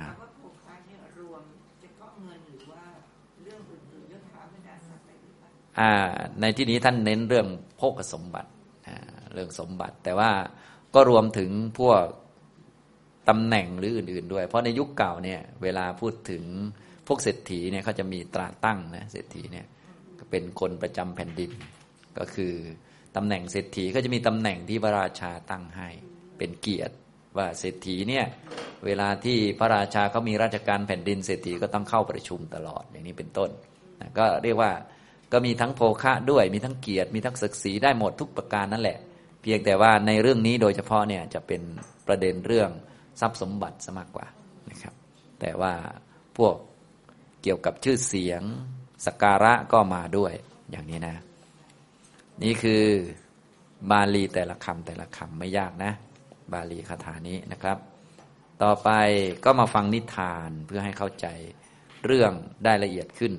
อ่าในที่นี้ท่านเน้นเรื่องโภคสมบัติอ่าเรื่องสมบัติแต่ว่าก็รวมถึงพวกตำแหน่งหรืออื่นๆด้วยเพราะในยุคเก่าเนี่ยเวลาพูดถึงพวกเศรษฐีเนี่ยเขาจะมีตราตั้งนะเศรษฐีเนี่ยก็เป็นคนประจำแผ่นดินก็คือตำแหน่งเศรษฐีก็จะมีตำแหน่งที่พระราชาตั้งให้เป็นเกียรติว่าเศรษฐีเนี่ยเวลาที่พระราชาเขามีราชการแผ่นดินเศรษฐีก็ต้องเข้าประชุมตลอดอย่างนี้เป็นต้นนะก็เรียกว่าก็มีทั้งโภคะด้วยมีทั้งเกียรติมีทั้งศักดิ์ศรีได้หมดทุกประการนั่นแหละเพียงแต่ว่าในเรื่องนี้โดยเฉพาะเนี่ยจะเป็นประเด็นเรื่องทรัพย์สมบัติซะมากกว่านะครับแต่ว่าพวกเกี่ยวกับชื่อเสียงสักการะก็มาด้วยอย่างนี้นะนี่คือบาลีแต่ละคำแต่ละคำไม่ยากนะบาลีคาถานี้นะครับต่อไปก็มาฟังนิทานเพื่อให้เข้าใจเรื่องได้ละเอียดขึ้น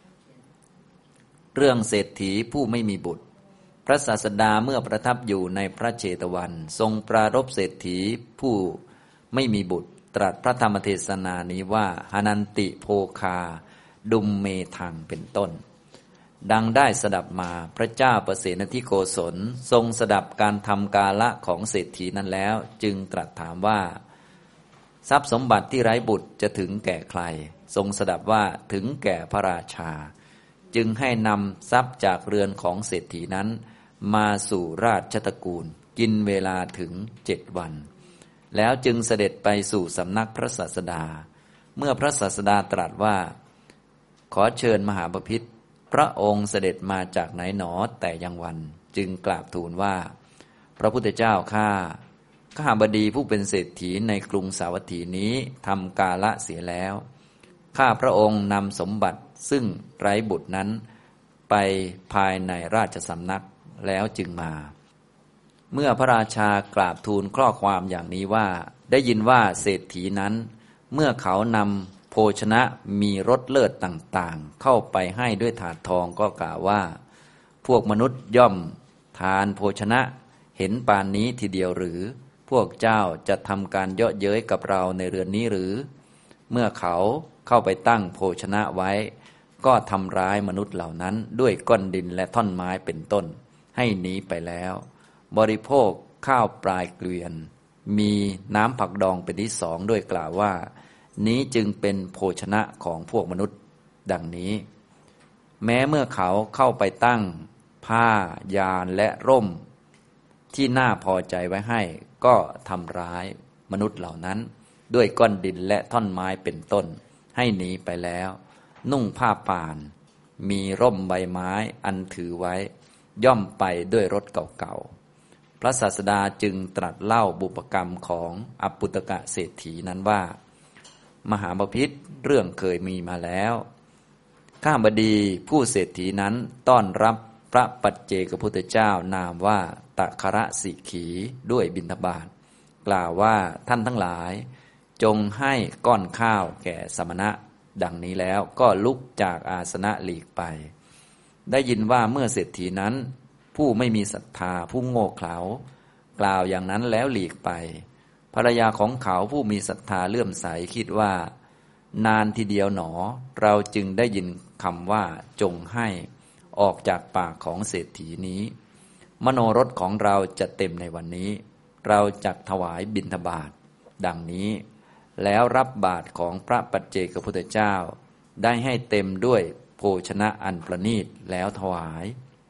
เรื่องเศรษฐีผู้ไม่มีบุตรพระศาสดาเมื่อประทับอยู่ในพระเชตวันทรงปรารภเศรษฐีผู้ไม่มีบุตรตรัสพระธรรมเทศนานี้ว่าหนันติโภคาดุมเมทังเป็นต้นดังได้สดับมาพระเจ้าประเสนทิโกศลทรงสดับการทำกาละของเศรษฐีนั้นแล้วจึงตรัสถามว่าทรัพย์สมบัติที่ไร้บุตรจะถึงแก่ใครทรงสดับว่าถึงแก่พระราชาจึงให้นำทรัพย์จากเรือนของเศรษฐีนั้นมาสู่ราชตระกูลกินเวลาถึงเจ็ดวันแล้วจึงเสด็จไปสู่สำนักพระศาสดาเมื่อพระศาสดาตรัสว่าขอเชิญมหาบพิตรพระองค์เสด็จมาจากไหนหนอแต่ยังวันจึงกราบทูลว่าพระพุทธเจ้าข้าข้าบดีผู้เป็นเศรษฐีในกรุงสาวัตถีนี้ทำกาละเสียแล้วข้าพระองค์นำสมบัติซึ่งไร้บุตรนั้นไปภายในราชสำนักแล้วจึงมาเมื่อพระราชากราบทูลข้อความอย่างนี้ว่าได้ยินว่าเศรษฐีนั้นเมื่อเขานำโภชนะมีรสเลิศต่างๆเข้าไปให้ด้วยถาดทองก็กล่าวว่าพวกมนุษย์ย่อมทานโภชนะเห็นปานนี้ทีเดียวหรือพวกเจ้าจะทำการเยาะเย้ยกับเราในเรือนนี้หรือเมื่อเขาเข้าไปตั้งโภชนะไว้ก็ทำร้ายมนุษย์เหล่านั้นด้วยก้อนดินและท่อนไม้เป็นต้นให้หนีไปแล้วบริโภคข้าวปลายเกวียนมีน้ำผักดองเป็นที่สองด้วยกล่าวว่านี้จึงเป็นโภชนะของพวกมนุษย์ดังนี้แม้เมื่อเขาเข้าไปตั้งผ้ายานและร่มที่น่าพอใจไว้ให้ก็ทำร้ายมนุษย์เหล่านั้นด้วยก้อนดินและท่อนไม้เป็นต้นให้หนีไปแล้วนุ่งผ้าป่านมีร่มใบไม้อันถือไว้ย่อมไปด้วยรถเก่าๆพระศาสดาจึงตรัสเล่าบุพกรรมของอปุตกะเศรษฐีนั้นว่ามหาบพิตรเรื่องเคยมีมาแล้วข้าบดีผู้เศรษฐีนั้นต้อนรับพระปัจเจกพุทธเจ้านามว่าตะคระสิขีด้วยบิณฑบาตกล่าวว่าท่านทั้งหลายจงให้ก้อนข้าวแก่สมณะดังนี้แล้วก็ลุกจากอาสนะหลีกไปได้ยินว่าเมื่อเศรษฐีนั้นผู้ไม่มีศรัทธาผู้โง่เขลากล่าวอย่างนั้นแล้วหลีกไปภรรยาของเขาผู้มีศรัทธาเลื่อมใสคิดว่านานทีเดียวหนอเราจึงได้ยินคำว่าจงให้ออกจากปากของเศรษฐีนี้มโนรสของเราจะเต็มในวันนี้เราจักถวายบิณฑบาตดังนี้แล้วรับบาตรของพระปัจเจกพุทธเจ้าได้ให้เต็มด้วยโภชนะอันประณีตแล้วถวาย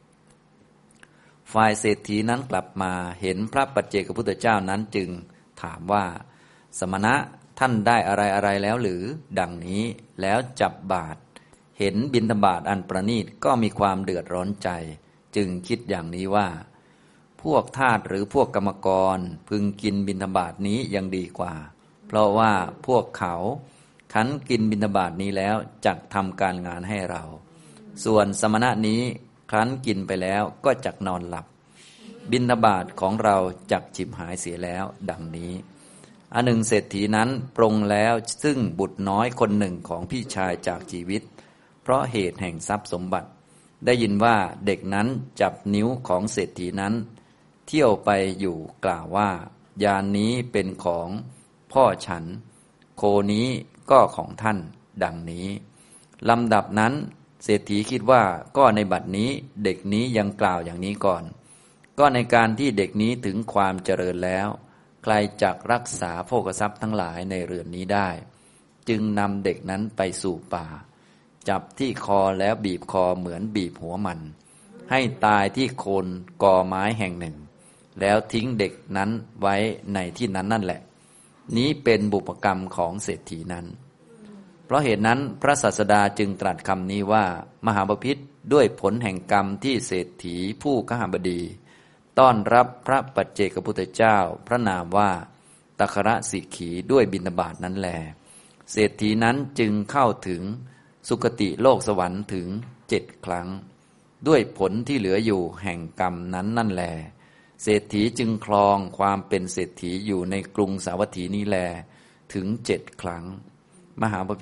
ฝ่ายเศรษฐีนั้นกลับมาเห็นพระปัจเจกพุทธเจ้านั้นจึงถามว่าสมณะท่านได้อะไรอะไรแล้วหรือดังนี้แล้วจับบาตรเห็นบิณฑบาตอันประณีตก็มีความเดือดร้อนใจจึงคิดอย่างนี้ว่าพวกทาสหรือพวกกรรมกรพึงกินบิณฑบาตนี้ยังดีกว่าเพราะว่าพวกเขาขันกินบิณฑบาตนี้แล้วจักทำการงานให้เราส่วนสมณะนี้ครั้นกินไปแล้วก็จักนอนหลับบิณฑบาตของเราจักฉิบหายเสียแล้วดังนี้อันหนึ่งเศรษฐีนั้นปรงแล้วซึ่งบุตรน้อยคนหนึ่งของพี่ชายจากชีวิตเพราะเหตุแห่งทรัพย์สมบัติได้ยินว่าเด็กนั้นจับนิ้วของเศรษฐีนั้นเที่ยวไปอยู่กล่าวว่ายานนี้เป็นของพ่อฉันโคนี้ก็ของท่านดังนี้ลำดับนั้นเศรษฐีคิดว่าก็ในบัดนี้เด็กนี้ยังกล่าวอย่างนี้ก่อนก็ในการที่เด็กนี้ถึงความเจริญแล้วใครจักรักษาโภคทรัพย์ทั้งหลายในเรือนนี้ได้จึงนำเด็กนั้นไปสู่ป่าจับที่คอแล้วบีบคอเหมือนบีบหัวมันให้ตายที่โคนกอไม้แห่งหนึ่งแล้วทิ้งเด็กนั้นไว้ในที่นั้นนั่นแหละนี้เป็นบุพกรรมของเศรษฐีนั้นเพราะเหตุนั้นพระศาสดาจึงตรัสคำนี้ว่ามหาบพิตรด้วยผลแห่งกรรมที่เศรษฐีผู้กหบดีต้อนรับพระปัจเจกพุทธเจ้าพระนามว่าตะคระสิขีด้วยบิณฑบาตนั้นแลเศรษฐีนั้นจึงเข้าถึงสุคติโลกสวรรค์ถึงเจ็ดครั้งด้วยผลที่เหลืออยู่แห่งกรรมนั้นนั่นแลเศรษฐีจึงครองความเป็นเศรษฐีอยู่ในกรุงสาวัตถีนี้แลถึงเจ็ดครั้งมหาบพิตร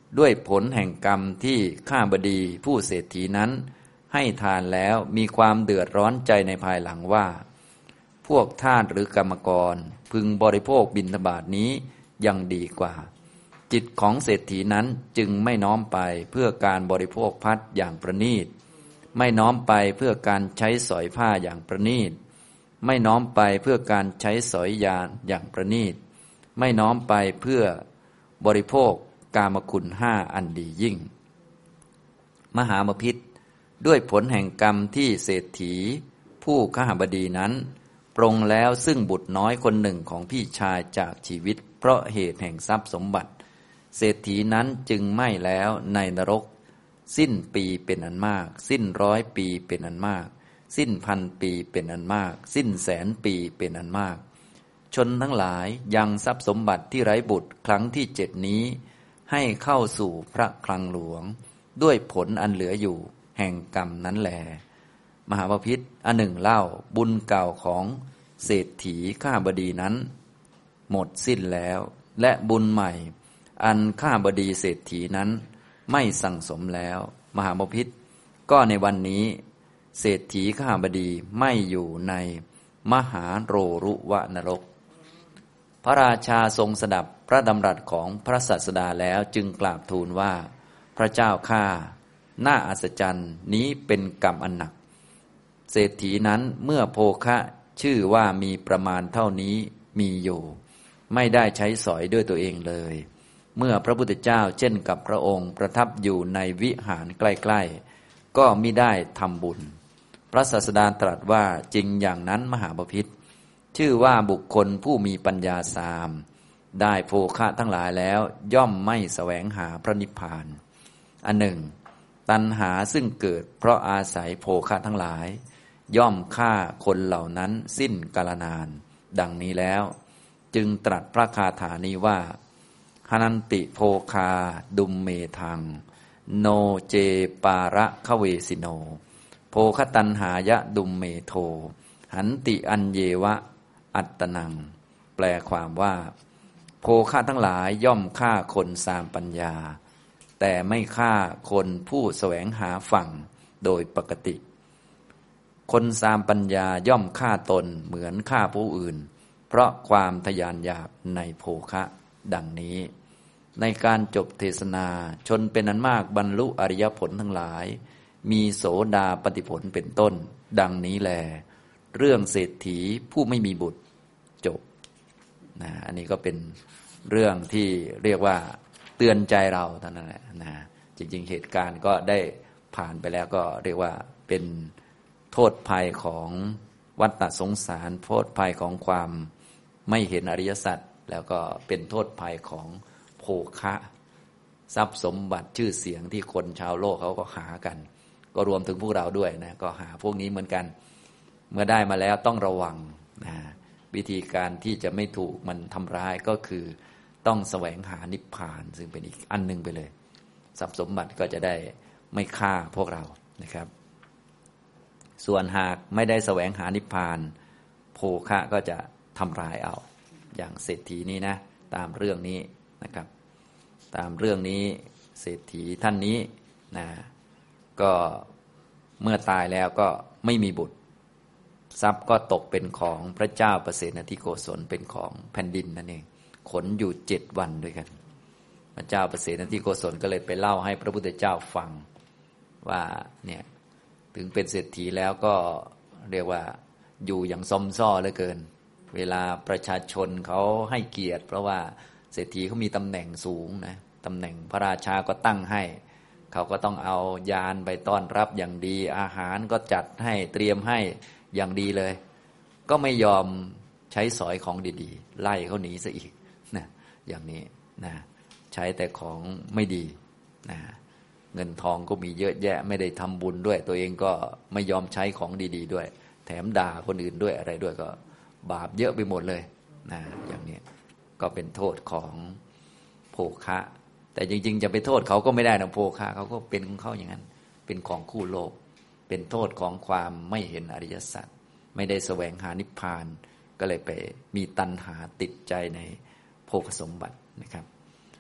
ด้วยผลแห่งกรรมที่ข้าบดีผู้เศรษฐีนั้นให้ทานแล้วมีความเดือดร้อนใจในภายหลังว่าพวกทาสหรือกรรมกรพึงบริโภคบิณฑบาตนี้ยังดีกว่าจิตของเศรษฐีนั้นจึงไม่น้อมไปเพื่อการบริโภคภัตอย่างประณีตไม่น้อมไปเพื่อการใช้สอยผ้าอย่างประณีตไม่น้อมไปเพื่อการใช้สอยยานอย่างประณีตไม่น้อมไปเพื่อบริโภคกามคุณห้าอันดียิ่งมหามพิธด้วยผลแห่งกรรมที่เศรษฐีผู้ขหบดีนั้นปรงแล้วซึ่งบุตรน้อยคนหนึ่งของพี่ชายจากชีวิตเพราะเหตุแห่งทรัพย์สมบัติเศรษฐีนั้นจึงไม่แล้วในนรกสิ้นปีเป็นอันมากสิ้นร้อยปีเป็นอันมากสิ้นพันปีเป็นอันมากสิ้นแสนปีเป็นอันมากชนทั้งหลายยังทรัพย์สมบัติที่ไร้บุตรครั้งที่เจ็ดนี้ให้เข้าสู่พระคลังหลวงด้วยผลอันเหลืออยู่แห่งกรรมนั้นแลมหาภพิธอันหนึ่งเล่าบุญเก่าของเศรษฐีข้าบดีนั้นหมดสิ้นแล้วและบุญใหม่อันข้าบดีเศรษฐีนั้นไม่สั่งสมแล้วมหาภพิธก็ในวันนี้เศรษฐีข้าบดีไม่อยู่ในมหาโรรุวนรกพระราชาทรงสดับพระดำรัสของพระศาสดาแล้วจึงกราบทูลว่าพระเจ้าข้าน่าอัศจรรย์นี้เป็นกรรมอันหนักเศรษฐีนั้นเมื่อโภคะชื่อว่ามีประมาณเท่านี้มีอยู่ไม่ได้ใช้สอยด้วยตัวเองเลยเมื่อพระพุทธเจ้าเช่นกับพระองค์ประทับอยู่ในวิหารใกล้ๆก็มิได้ทำบุญพระศาสดาตรัสว่าจริงอย่างนั้นมหาบพิตรชื่อว่าบุคคลผู้มีปัญญาสามได้โภคะทั้งหลายแล้วย่อมไม่แสวงหาพระนิพพานอันหนึ่งตัณหาซึ่งเกิดเพราะอาศัยโภคะทั้งหลายย่อมฆ่าคนเหล่านั้นสิ้นกาลนานดังนี้แล้วจึงตรัสพระคาถานี้ว่าหนันติโภคาดุมเมทังโนเจปาระคะเวสิโนโภคตัณหายะดุมเมโทหันติอัญเยวะอัตตนังแปลความว่าโภคะทั้งหลายย่อมฆ่าคนสามปัญญาแต่ไม่ฆ่าคนผู้แสวงหาฝั่งโดยปกติคนสามปัญญาย่อมฆ่าตนเหมือนฆ่าผู้อื่นเพราะความทยานอยากในโภคะดังนี้ในการจบเทศนาชนเป็นอันมากบรรลุอริยผลทั้งหลายมีโสดาปัตติผลเป็นต้นดังนี้แลเรื่องเศรษฐีผู้ไม่มีบุตรจบนะอันนี้ก็เป็นเรื่องที่เรียกว่าเตือนใจเราเท่านั้นแหละนะจริงๆเหตุการณ์ก็ได้ผ่านไปแล้วก็เรียกว่าเป็นโทษภัยของวัฏสงสารโทษภัยของความไม่เห็นอริยสัจแล้วก็เป็นโทษภัยของโภคะทรัพย์สมบัติชื่อเสียงที่คนชาวโลกเขาก็หากันก็รวมถึงพวกเราด้วยนะก็หาพวกนี้เหมือนกันเมื่อได้มาแล้วต้องระวังนะวิธีการที่จะไม่ถูกมันทำร้ายก็คือต้องแสวงหานิพพานซึ่งเป็นอีกอันนึงไปเลยทรัพย์สมบัติก็จะได้ไม่ฆ่าพวกเรานะครับส่วนหากไม่ได้แสวงหานิพพานโภคะก็จะทำร้ายเอาอย่างเศรษฐีนี้นะตามเรื่องนี้นะครับตามเรื่องนี้เศรษฐีท่านนี้นะก็เมื่อตายแล้วก็ไม่มีบุตรทรัพย์ก็ตกเป็นของพระเจ้าประเสนทิโกศลเป็นของแผ่นดินนั่นเองขนอยู่เจ็ดวันด้วยกันพระเจ้าประเสนทิโกศลก็เลยไปเล่าให้พระพุทธเจ้าฟังว่าเนี่ยถึงเป็นเศรษฐีแล้วก็เรียกว่าอยู่อย่างซอมซ่อเหลือเกินเวลาประชาชนเขาให้เกียรติเพราะว่าเศรษฐีเขามีตำแหน่งสูงนะตำแหน่งพระราชาก็ตั้งให้เขาก็ต้องเอายานไปต้อนรับอย่างดีอาหารก็จัดให้เตรียมให้อย่างดีเลยก็ไม่ยอมใช้สอยของดีๆไล่เขาหนีซะอีกนะอย่างนี้นะใช้แต่ของไม่ดีนะเงินทองก็มีเยอะแยะไม่ได้ทำบุญด้วยตัวเองก็ไม่ยอมใช้ของดีๆด้วยแถมด่าคนอื่นด้วยอะไรด้วยก็บาปเยอะไปหมดเลยนะอย่างนี้ก็เป็นโทษของโภคะแต่จริงๆจะไปโทษเขาก็ไม่ได้นะโภคะเขาก็เป็นของเขาอย่างนั้นเป็นของคู่โลกเป็นโทษของความไม่เห็นอริยสัจไม่ได้แสวงหานิพพานก็เลยไปมีตัณหาติดใจในโภคสมบัตินะครับ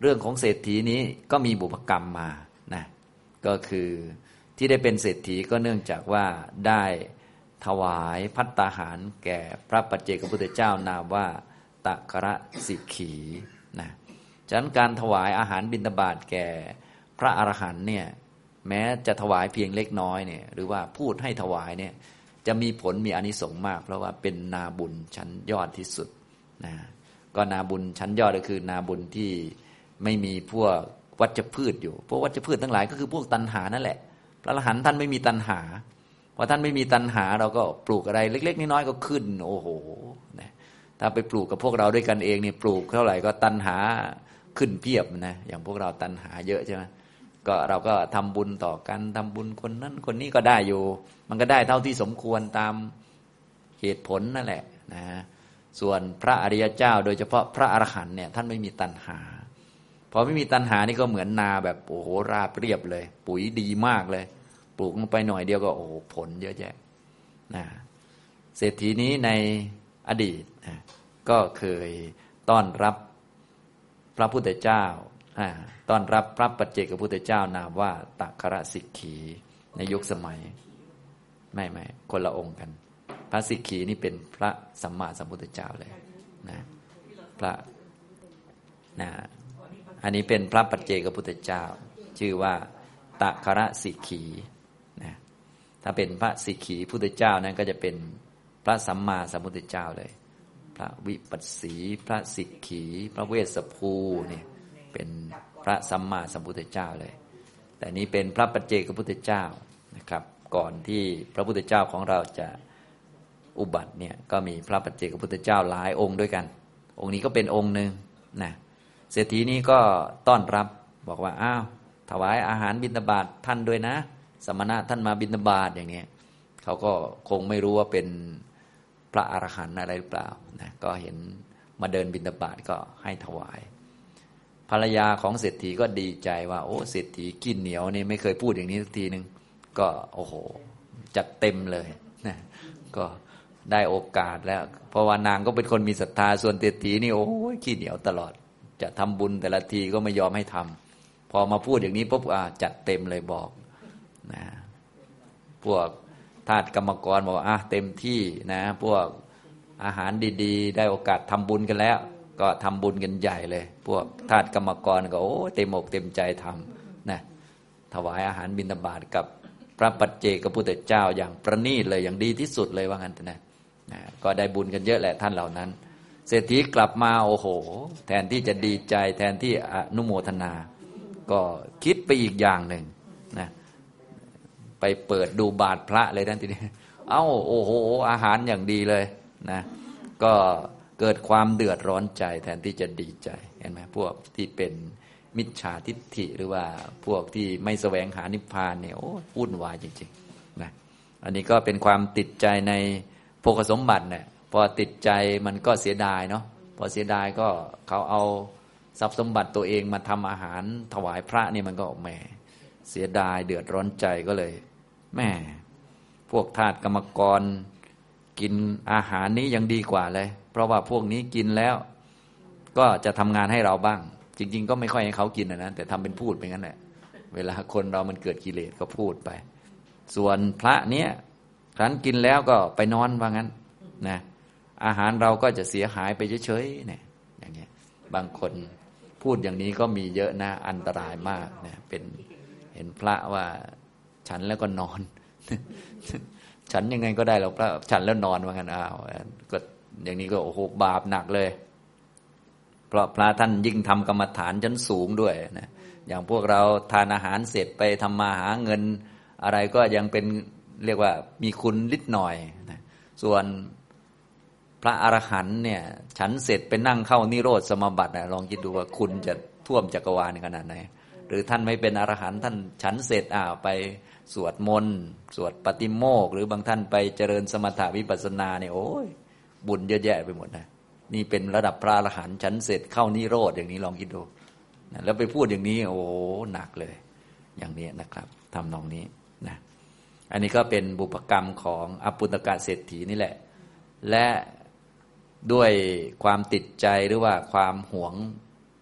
เรื่องของเศรษฐีนี้ก็มีบุพกรรมมานะก็คือที่ได้เป็นเศรษฐีก็เนื่องจากว่าได้ถวายภัตตาหารแก่พระปัจเจกพุทธเจ้านามว่าตะกระสิกขีนะฉะนั้นการถวายอาหารบิณฑบาตแก่พระอรหันต์เนี่ยแม้จะถวายเพียงเล็กน้อยเนี่ยหรือว่าพูดให้ถวายเนี่ยจะมีผลมีอานิสงส์มากเพราะว่าเป็นนาบุญชั้นยอดที่สุดนะก็นาบุญชั้นยอดก็คือนาบุญที่ไม่มีพวกวัชพืชอยู่พวกวัชพืชทั้งหลายก็คือพวกตัณหานั่นแหละพระอรหันต์ท่านไม่มีตัณหาพอท่านไม่มีตัณหาเราก็ปลูกอะไรเล็กๆน้อยๆก็ขึ้นโอ้โหนะถ้าไปปลูกกับพวกเราด้วยกันเองเนี่ยปลูกเท่าไหร่ก็ตัณหาขึ้นเพียบนะอย่างพวกเราตัณหาเยอะใช่ไหมก็เราก็ทำบุญต่อกันทำบุญคนนั้นคนนี้ก็ได้อยู่มันก็ได้เท่าที่สมควรตามเหตุผลนั่นแหละนะส่วนพระอริยเจ้าโดยเฉพาะพระอรหันต์เนี่ยท่านไม่มีตัณหาพอไม่มีตัณหานี่ก็เหมือนนาแบบโอ้โหราบเรียบเลยปุ๋ยดีมากเลยปลูกลงไปหน่อยเดียวก็โอ้โหผลเยอะแยะนะเศรษฐีนี้ในอดีตนะก็เคยต้อนรับพระพุทธเจ้าต้อนรับพระปัจเจกพุทธเจ้านามว่าตักกระสิกขีในยุคสมัยไม่ไม่คนละองค์กันพระสิกขีนี่เป็นพระสัมมาสัมพุทธเจ้าเลยนะพระนะอันนี้เป็นพระปัจเจกพุทธเจ้าชื่อว่าตักกระสิกขีนะถ้าเป็นพระสิกขีพุทธเจ้านั้นก็จะเป็นพระสัมมาสัมพุทธเจ้าเลยพระวิปัสสีพระสิกขีพระเวสสภูเนี่ยเป็นพระสัมมาสัมพุทธเจ้าเลยแต่นี้เป็นพระปัจเจกพุทธเจ้านะครับก่อนที่พระพุทธเจ้าของเราจะอุบัติเนี่ยก็มีพระปัจเจกพุทธเจ้าหลายองค์ด้วยกันองค์นี้ก็เป็นองค์หนึ่งนะเศรษฐีนี้ก็ต้อนรับบอกว่าอ้าวถวายอาหารบิณฑบาตท่านด้วยนะสมณะท่านมาบิณฑบาตอย่างนี้เขาก็คงไม่รู้ว่าเป็นพระอรหันต์อะไรหรือเปล่านะก็เห็นมาเดินบิณฑบาตก็ให้ถวายภรรยาของเศรษฐีก็ดีใจว่าโอ้เศรษฐีกินเหนียวนี่ไม่เคยพูดอย่างนี้สักทีนึงก็โอ้โหจัดเต็มเลยนะก็ได้โอกาสแล้วเพราะว่านางก็เป็นคนมีศรัทธาส่วนเศรษฐีนี่โอ้ยขี้เหนียวตลอดจะทำบุญแต่ละทีก็ไม่ยอมให้ทำพอมาพูดอย่างนี้ปุ๊บอ่าจัดเต็มเลยบอกนะพวกทาสกรรมกรบอกอ่ะเต็มที่นะพวกอาหารดีๆได้โอกาสทำบุญกันแล้วก็ทำบุญกันใหญ่เลยพวกทาสกรรมกรก็โอ้เต็มอกเต็มใจทำนะถวายอาหารบิณฑบาตกับพระปัจเจกพุทธเจ้าอย่างประณีตเลยอย่างดีที่สุดเลยว่างั้นนะนะก็ได้บุญกันเยอะแหละท่านเหล่านั้นเศรษฐีกลับมาโอ้โหแทนที่จะดีใจแทนที่อนุโมทนาก็คิดไปอีกอย่างหนึ่งนะไปเปิดดูบาตรพระเลยท่านทีนี้เอ้าโอ้โหอาหารอย่างดีเลยนะก็เกิดความเดือดร้อนใจแทนที่จะดีใจเห็นไหมพวกที่เป็นมิจฉาทิฏฐิหรือว่าพวกที่ไม่แสวงหานิพพานเนี่ยโอ้วุ่นวายจริงๆนะอันนี้ก็เป็นความติดใจในโภคสมบัติเนี่ยพอติดใจมันก็เสียดายเนาะพอเสียดายก็เขาเอาทรัพย์สมบัติตัวเองมาทำอาหารถวายพระนี่มันก็แหมเสียดายเดือดร้อนใจก็เลยแหมพวกทาสกรรมกรกินอาหารนี้ยังดีกว่าเลยเพราะว่าพวกนี้กินแล้วก็จะทำงานให้เราบ้างจริงๆก็ไม่ค่อยให้เขากินนะแต่ทำเป็นพูดไปงั้นแหละเวลาคนเรามันเกิดกิเลสก็พูดไปส่วนพระเนี้ยครั้นกินแล้วก็ไปนอนว่างั้นนะอาหารเราก็จะเสียหายไปเฉยๆเนี่ยอย่างเงี้ยบางคนพูดอย่างนี้ก็มีเยอะนะอันตรายมากนะเป็นเห็นพระว่าฉันแล้วก็นอน ฉันยังไงก็ได้หรอกพระฉันแล้วนอนว่างั้นอ้าวก็อย่างนี้ก็โอ้โหบาปหนักเลยเพราะพระท่านยิ่งทำกรรมฐานชั้นสูงด้วยนะอย่างพวกเราทานอาหารเสร็จไปทำมาหาเงินอะไรก็ยังเป็นเรียกว่ามีคุณนิดหน่อยนะส่วนพระอรหันต์เนี่ยฉันเสร็จไปนั่งเข้านิโรธสมาบัตินะลองคิดดูว่าคุณจะท่วมจักรวาลขนาดไหนหรือท่านไม่เป็นอรหันต์ท่านฉันเสร็จอ่าไปสวดมนต์สวดปฏิโมกข์หรือบางท่านไปเจริญสมถะวิปัสสนาเนี่ยโอ้ยบุญเยอะแยะไปหมดนะนี่เป็นระดับพระอรหันต์ฉันเสร็จเข้านิโรธอย่างนี้ลองคิดดูนะแล้วไปพูดอย่างนี้โอ้หนักเลยอย่างนี้นะครับทำนองนี้นะอันนี้ก็เป็นบุพกรรมของอปุณกเศรษฐีนี่แหละและด้วยความติดใจหรือว่าความหวง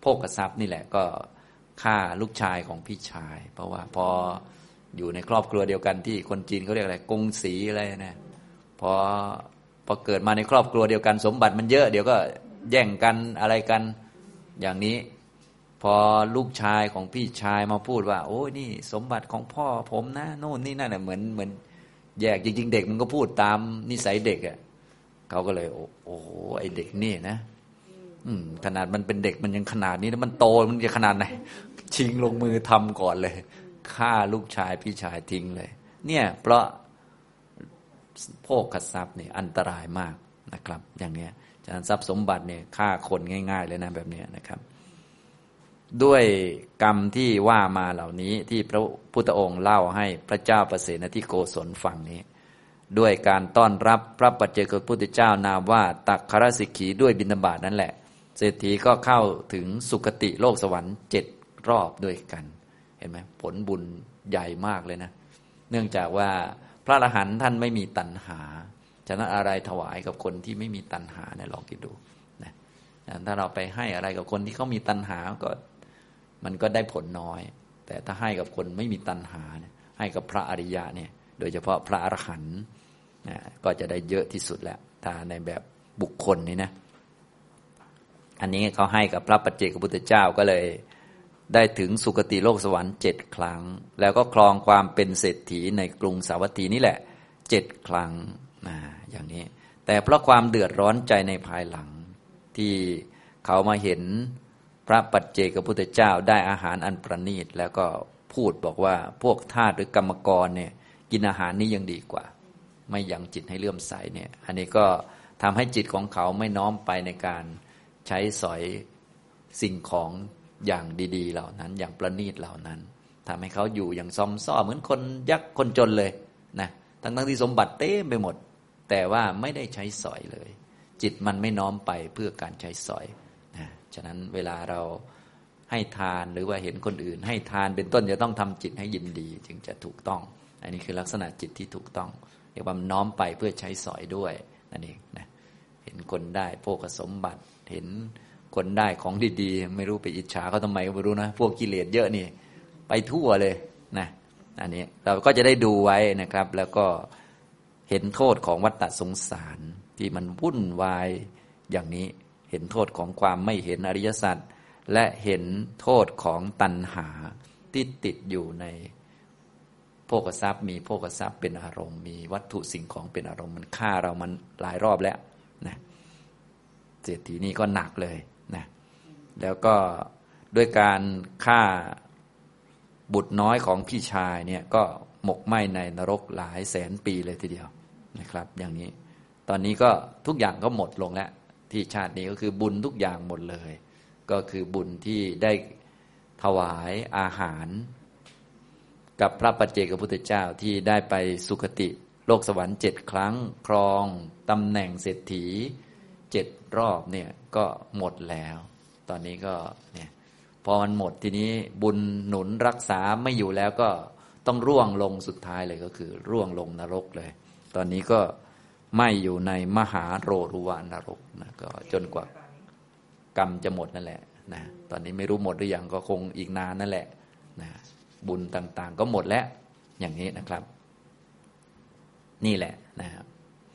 ภคทรัพย์นี่แหละก็ฆ่าลูกชายของพี่ชายเพราะว่าพออยู่ในครอบครัวเดียวกันที่คนจีนเขาเรียกอะไรกงสีอะไรนะพอพอเกิดมาในครอบครัวเดียวกันสมบัติมันเยอะเดี๋ยวก็แย่งกันอะไรกันอย่างนี้พอลูกชายของพี่ชายมาพูดว่าโอ้ยนี่สมบัติของพ่อผมนะโน่นนี่นั่นน่ะเหมือนเหมือนแยกจริงๆเด็กมันก็พูดตามนิสัยเด็กอ่ะเขาก็เลยโอ้โหไอเด็กนี่นะอืมขนาดมันเป็นเด็กมันยังขนาดนี้แล้วมันโตมันจะขนาดไหนชิงลงมือทำก่อนเลยฆ่าลูกชายพี่ชายทิ้งเลยเนี่ยเพราะโภคทรัพย์นี่อันตรายมากนะครับอย่างเนี้ยฉะนั้นทรัพย์สมบัติเนี่ยฆ่าคนง่ายๆเลยนะแบบนี้นะครับด้วยกรรมที่ว่ามาเหล่านี้ที่พระพุทธองค์เล่าให้พระเจ้าประเสนทิโกศลฟังนี้ด้วยการต้อนรับพระปัจเจกพุทธเจ้านามว่าตักขรสิกขีด้วยบิณฑบาตนั่นแหละเศรษฐีก็เข้าถึงสุคติโลกสวรรค์เจ็ดรอบด้วยกันเห็นไหมผลบุญใหญ่มากเลยนะเนื่องจากว่าพระอรหันต์ท่านไม่มีตัณหาฉะนั้นอะไรถวายกับคนที่ไม่มีตัณหาเนี่ยลองคิดดูนะถ้าเราไปให้อะไรกับคนที่เขามีตัณหาก็มันก็ได้ผลน้อยแต่ถ้าให้กับคนไม่มีตัณหาเนี่ยให้กับพระอริยะเนี่ยโดยเฉพาะพระอรหันต์นะก็จะได้เยอะที่สุดแล้วถ้าในแบบบุคคลนี่นะอันนี้เขาให้กับพระปัจเจกพุทธเจ้าก็เลยได้ถึงสุคติโลกสวรรค์เจ็ดครั้งแล้วก็ครองความเป็นเศรษฐีในกรุงสาวัตถีนี่แหละเจ็ดครั้งนะอย่างนี้แต่เพราะความเดือดร้อนใจในภายหลังที่เขามาเห็นพระปัจเจกพุทธเจ้าได้อาหารอันประณีตแล้วก็พูดบอกว่าพวกทาสหรือกรรมกรเนี่ยกินอาหารนี้ยังดีกว่าไม่ยังจิตให้เลื่อมใสเนี่ยอันนี้ก็ทำให้จิตของเขาไม่น้อมไปในการใช้สอยสิ่งของอย่างดีๆเหล่านั้นอย่างประณีตเหล่านั้นทำให้เขาอยู่อย่างซอมซ่อเหมือนคนยากคนจนเลยนะทั้งๆที่สมบัติเต็มไปหมดแต่ว่าไม่ได้ใช้สอยเลยจิตมันไม่น้อมไปเพื่อการใช้สอยนะฉะนั้นเวลาเราให้ทานหรือว่าเห็นคนอื่นให้ทานเป็นต้นจะต้องทำจิตให้ยินดีจึงจะถูกต้องอันนี้คือลักษณะจิตที่ถูกต้องเรียกว่าน้อมไปเพื่อใช้สอยด้วยนั่นเองนะเห็นคนได้โภคสมบัติเห็นคนได้ของดีๆไม่รู้ไปอิจฉาเขาทำไมก็ไม่รู้นะพวกกิเลสเยอะนี่ไปทั่วเลยนะอันนี้เราก็จะได้ดูไว้นะครับแล้วก็เห็นโทษของวัฏฏะสงสารที่มันวุ่นวายอย่างนี้เห็นโทษของความไม่เห็นอริยสัจและเห็นโทษของตัณหาที่ติดอยู่ในโภคทรัพย์มีโภคทรัพย์เป็นอารมณ์มีวัตถุสิ่งของเป็นอารมณ์มันฆ่าเรามันหลายรอบแล้วนะเศรษฐีนี้ก็หนักเลยนะแล้วก็ด้วยการฆ่าบุตรน้อยของพี่ชายเนี่ยก็หมกไหม้ในนรกหลายแสนปีเลยทีเดียวนะครับอย่างนี้ตอนนี้ก็ทุกอย่างก็หมดลงแล้วที่ชาตินี้ก็คือบุญทุกอย่างหมดเลยก็คือบุญที่ได้ถวายอาหารกับพระปัจเจกพุทธเจ้าที่ได้ไปสุคติโลกสวรรค์เจ็ดครั้งครองตำแหน่งเศรษฐีเจ็ดรอบเนี่ยก็หมดแล้วตอนนี้ก็เนี่ยพอมันหมดทีนี้บุญหนุนรักษาไม่อยู่แล้วก็ต้องร่วงลงสุดท้ายเลยก็คือร่วงลงนรกเลยตอนนี้ก็ไม่อยู่ในมหาโรรุวานรกนะก็จนกว่ากรรมจะหมดนั่นแหละนะตอนนี้ไม่รู้หมดหรือยังก็คงอีกนานนั่นแหละนะบุญต่างๆก็หมดแล้วอย่างนี้นะครับนี่แหละนะครับ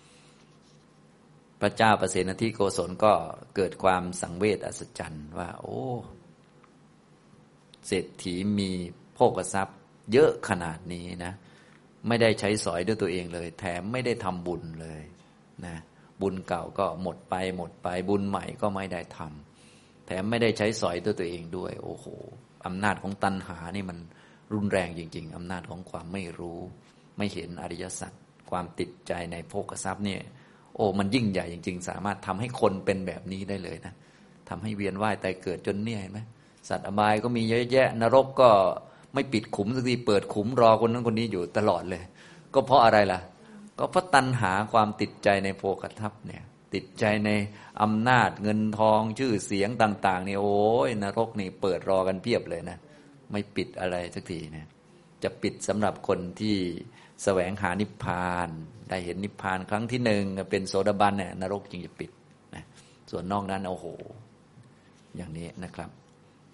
พระเจ้าประเสนทิโกศลก็เกิดความสังเวชอัศจรรย์ว่าโอ้เศรษฐีมีโภคทรัพย์เยอะขนาดนี้นะไม่ได้ใช้สอยด้วยตัวเองเลยแถมไม่ได้ทำบุญเลยนะบุญเก่าก็หมดไปหมดไปบุญใหม่ก็ไม่ได้ทำแถมไม่ได้ใช้สอยด้วยตัวเองด้วยโอ้โหอำนาจของตัณหานี่มันรุนแรงจริงๆอำนาจของความไม่รู้ไม่เห็นอริยสัจความติดใจในโภคทรัพย์เนี่ยโอ้มันยิ่งใหญ่จริงๆสามารถทำให้คนเป็นแบบนี้ได้เลยนะทำให้เวียนว่ายตายเกิดจนเนี่ยเห็นไหมสัตว์อบายก็มีเยอะแยะนรกก็ไม่ปิดขุมสักทีเปิดขุมรอคนนั้นคนนี้อยู่ตลอดเลยก็เพราะอะไรล่ะก็เพราะตัณหาความติดใจในโภคทรัพย์เนี่ยติดใจในอำนาจเงินทองชื่อเสียงต่างๆนี่โอ้ยนรกนี่เปิดรอกันเพียบเลยนะไม่ปิดอะไรสักทีนะจะปิดสำหรับคนที่แสวงหานิพพานได้เห็นนิพพานครั้งที่หนึ่งเป็นโสดาบันเนี่ยนรกจึงจะปิดนะส่วนนอกนั้นโอ้โหอย่างนี้นะครับ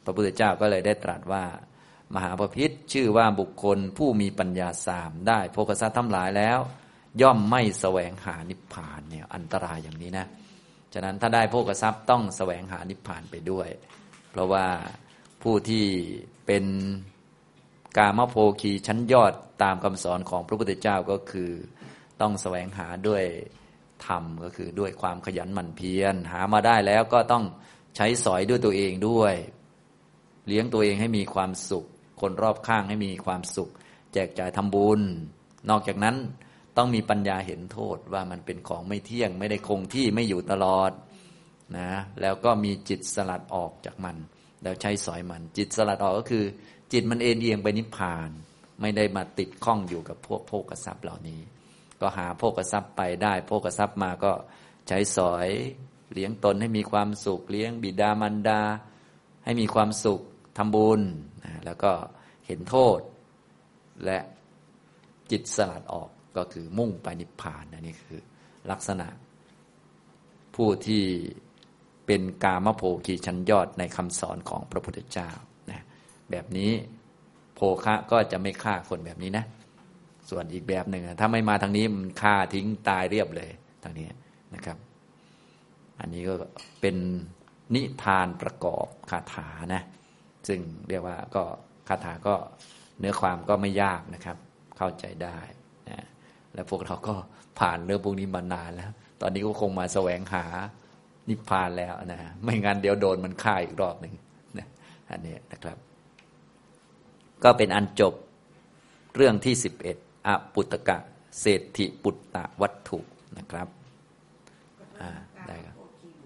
พระพุทธเจ้าก็เลยได้ตรัสว่ามหาบพิตรชื่อว่าบุคคลผู้มีปัญญาสามได้โภคทรัพย์ทั้งหลายแล้วย่อมไม่แสวงหานิพพานเนี่ยอันตรายอย่างนี้นะฉะนั้นถ้าได้โภคทรัพย์ต้องแสวงหานิพพานไปด้วยเพราะว่าผู้ที่เป็นกามโภคีชั้นยอดตามคำสอนของพระพุทธเจ้าก็คือต้องแสวงหาด้วยธรรมก็คือด้วยความขยันหมั่นเพียรหามาได้แล้วก็ต้องใช้สอยด้วยตัวเองด้วยเลี้ยงตัวเองให้มีความสุขคนรอบข้างให้มีความสุขแจกจ่ายทำบุญนอกจากนั้นต้องมีปัญญาเห็นโทษว่ามันเป็นของไม่เที่ยงไม่ได้คงที่ไม่อยู่ตลอดนะแล้วก็มีจิตสลัดออกจากมันแล้วใช้สอยมันจิตสลัดออกก็คือจิตมันเอ็นเอียงไปนิพพานไม่ได้มาติดข้องอยู่กับพวกโภคทรัพย์เหล่านี้ก็หาโภคทรัพย์ไปได้โภคทรัพย์มาก็ใช้สอยเลี้ยงตนให้มีความสุขเลี้ยงบิดามารดาให้มีความสุขทำบุญนะแล้วก็เห็นโทษและจิตสลัดออกก็คือมุ่งไปนิพพานนะนี่คือลักษณะผู้ที่เป็นกามโภคีชั้นยอดในคำสอนของพระพุทธเจ้านะแบบนี้โภคะก็จะไม่ฆ่าคนแบบนี้นะส่วนอีกแบบหนึ่งถ้าไม่มาทางนี้มันฆ่าทิ้งตายเรียบเลยทางนี้นะครับอันนี้ก็เป็นนิทานประกอบคาถานะซึ่งเรียกว่าก็คาถาก็เนื้อความก็ไม่ยากนะครับเข้าใจได้นะและพวกเราก็ผ่านเรื่องพวกนี้มานานแล้วตอนนี้ก็คงมาแสวงหานิพพานแล้วนะไม่งั้นเดี๋ยวโดนมันฆ่าอีกรอบหนึ่งนะอันนี้นะครับก็เป็นอันจบเรื่องที่สิบเอ็ดอปุตตกะเศรษฐิปุตตะวัตถุนะครับอ่าได้ครับ